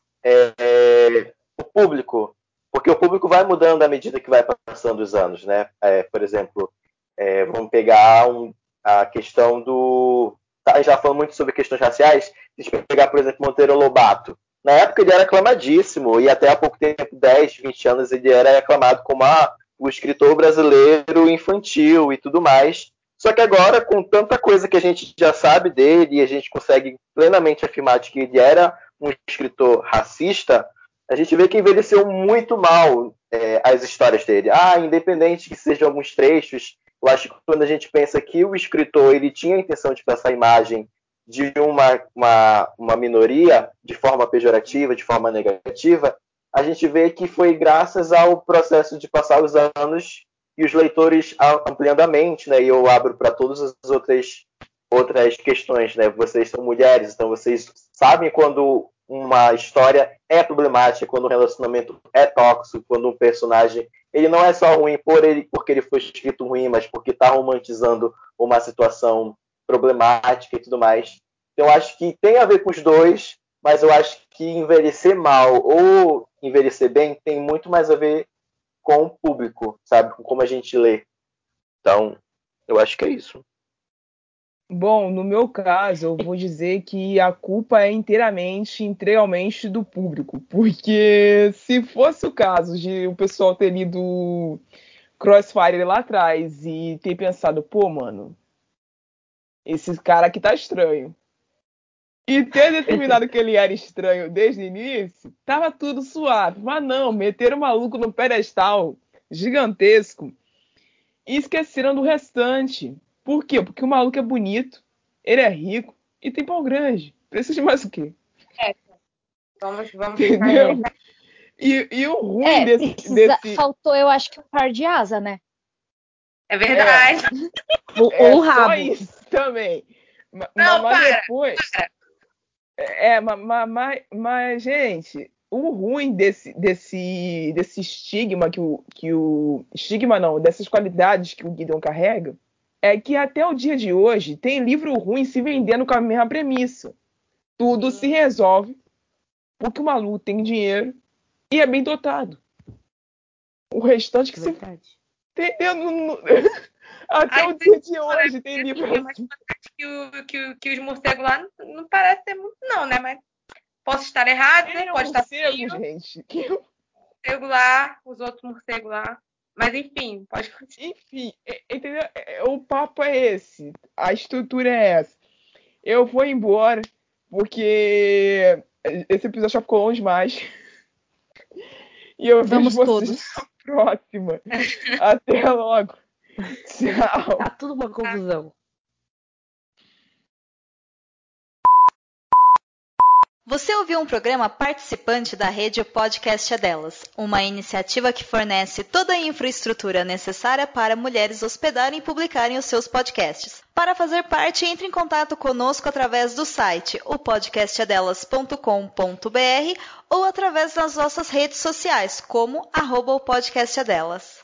o público, porque o público vai mudando à medida que vai passando os anos, né? Por exemplo, vamos pegar a questão do... A gente já falou muito sobre questões raciais, se a gente pegar, por exemplo, Monteiro Lobato. Na época ele era aclamadíssimo, e até há pouco tempo, 10, 20 anos, ele era aclamado como o escritor brasileiro infantil e tudo mais. Só que agora, com tanta coisa que a gente já sabe dele, e a gente consegue plenamente afirmar de que ele era um escritor racista, a gente vê que envelheceu muito mal as histórias dele. Independente que sejam alguns trechos, eu acho que quando a gente pensa que o escritor ele tinha a intenção de passar a imagem de uma minoria de forma pejorativa, de forma negativa, a gente vê que foi graças ao processo de passar os anos e os leitores ampliando a mente, né? E eu abro para todas as outras questões, né? Vocês são mulheres, então vocês sabem quando uma história é problemática, quando um relacionamento é tóxico, quando um personagem ele não é só ruim porque ele foi escrito ruim, mas porque está romantizando uma situação problemática e tudo mais. Então, eu acho que tem a ver com os dois, mas eu acho que envelhecer mal ou envelhecer bem tem muito mais a ver com o público, sabe? Com como a gente lê. Então, eu acho que é isso. Bom, no meu caso, eu vou dizer que a culpa é integralmente do público, porque se fosse o caso de o pessoal ter lido Crossfire lá atrás e ter pensado, pô, mano, esse cara aqui tá estranho. E ter determinado que ele era estranho desde o início, tava tudo suave. Mas não, meteram o maluco no pedestal gigantesco e esqueceram do restante. Por quê? Porque o maluco é bonito, ele é rico e tem pau grande. Precisa de mais o quê? Vamos Entendeu? E o ruim desse... Faltou, eu acho que um par de asa, né? É verdade. Um rabo. Só isso também. Não, mas para, depois... Mas, gente, o ruim desse estigma estigma não, dessas qualidades que o Gideon carrega, é que até o dia de hoje tem livro ruim se vendendo com a mesma premissa. Tudo se resolve porque o maluco tem dinheiro e é bem dotado. O restante que se... Entendeu? Até o dia de hoje tem livro assim. Que os morcegos lá não parece ter muito, não, né? Mas posso estar errado, né? Pode estar morcego, gente. Morcego lá, os outros morcegos lá. Mas enfim, pode continuar. Enfim, entendeu? O papo é esse. A estrutura é essa. Eu vou embora, porque esse episódio já ficou longe demais. E eu vejo vocês na próxima. Até logo. Tchau. Tá tudo uma confusão. Você ouviu um programa participante da rede Podcast é Delas, uma iniciativa que fornece toda a infraestrutura necessária para mulheres hospedarem e publicarem os seus podcasts. Para fazer parte, entre em contato conosco através do site opodcastadelas.com.br ou através das nossas redes sociais, como @opodcastadelas.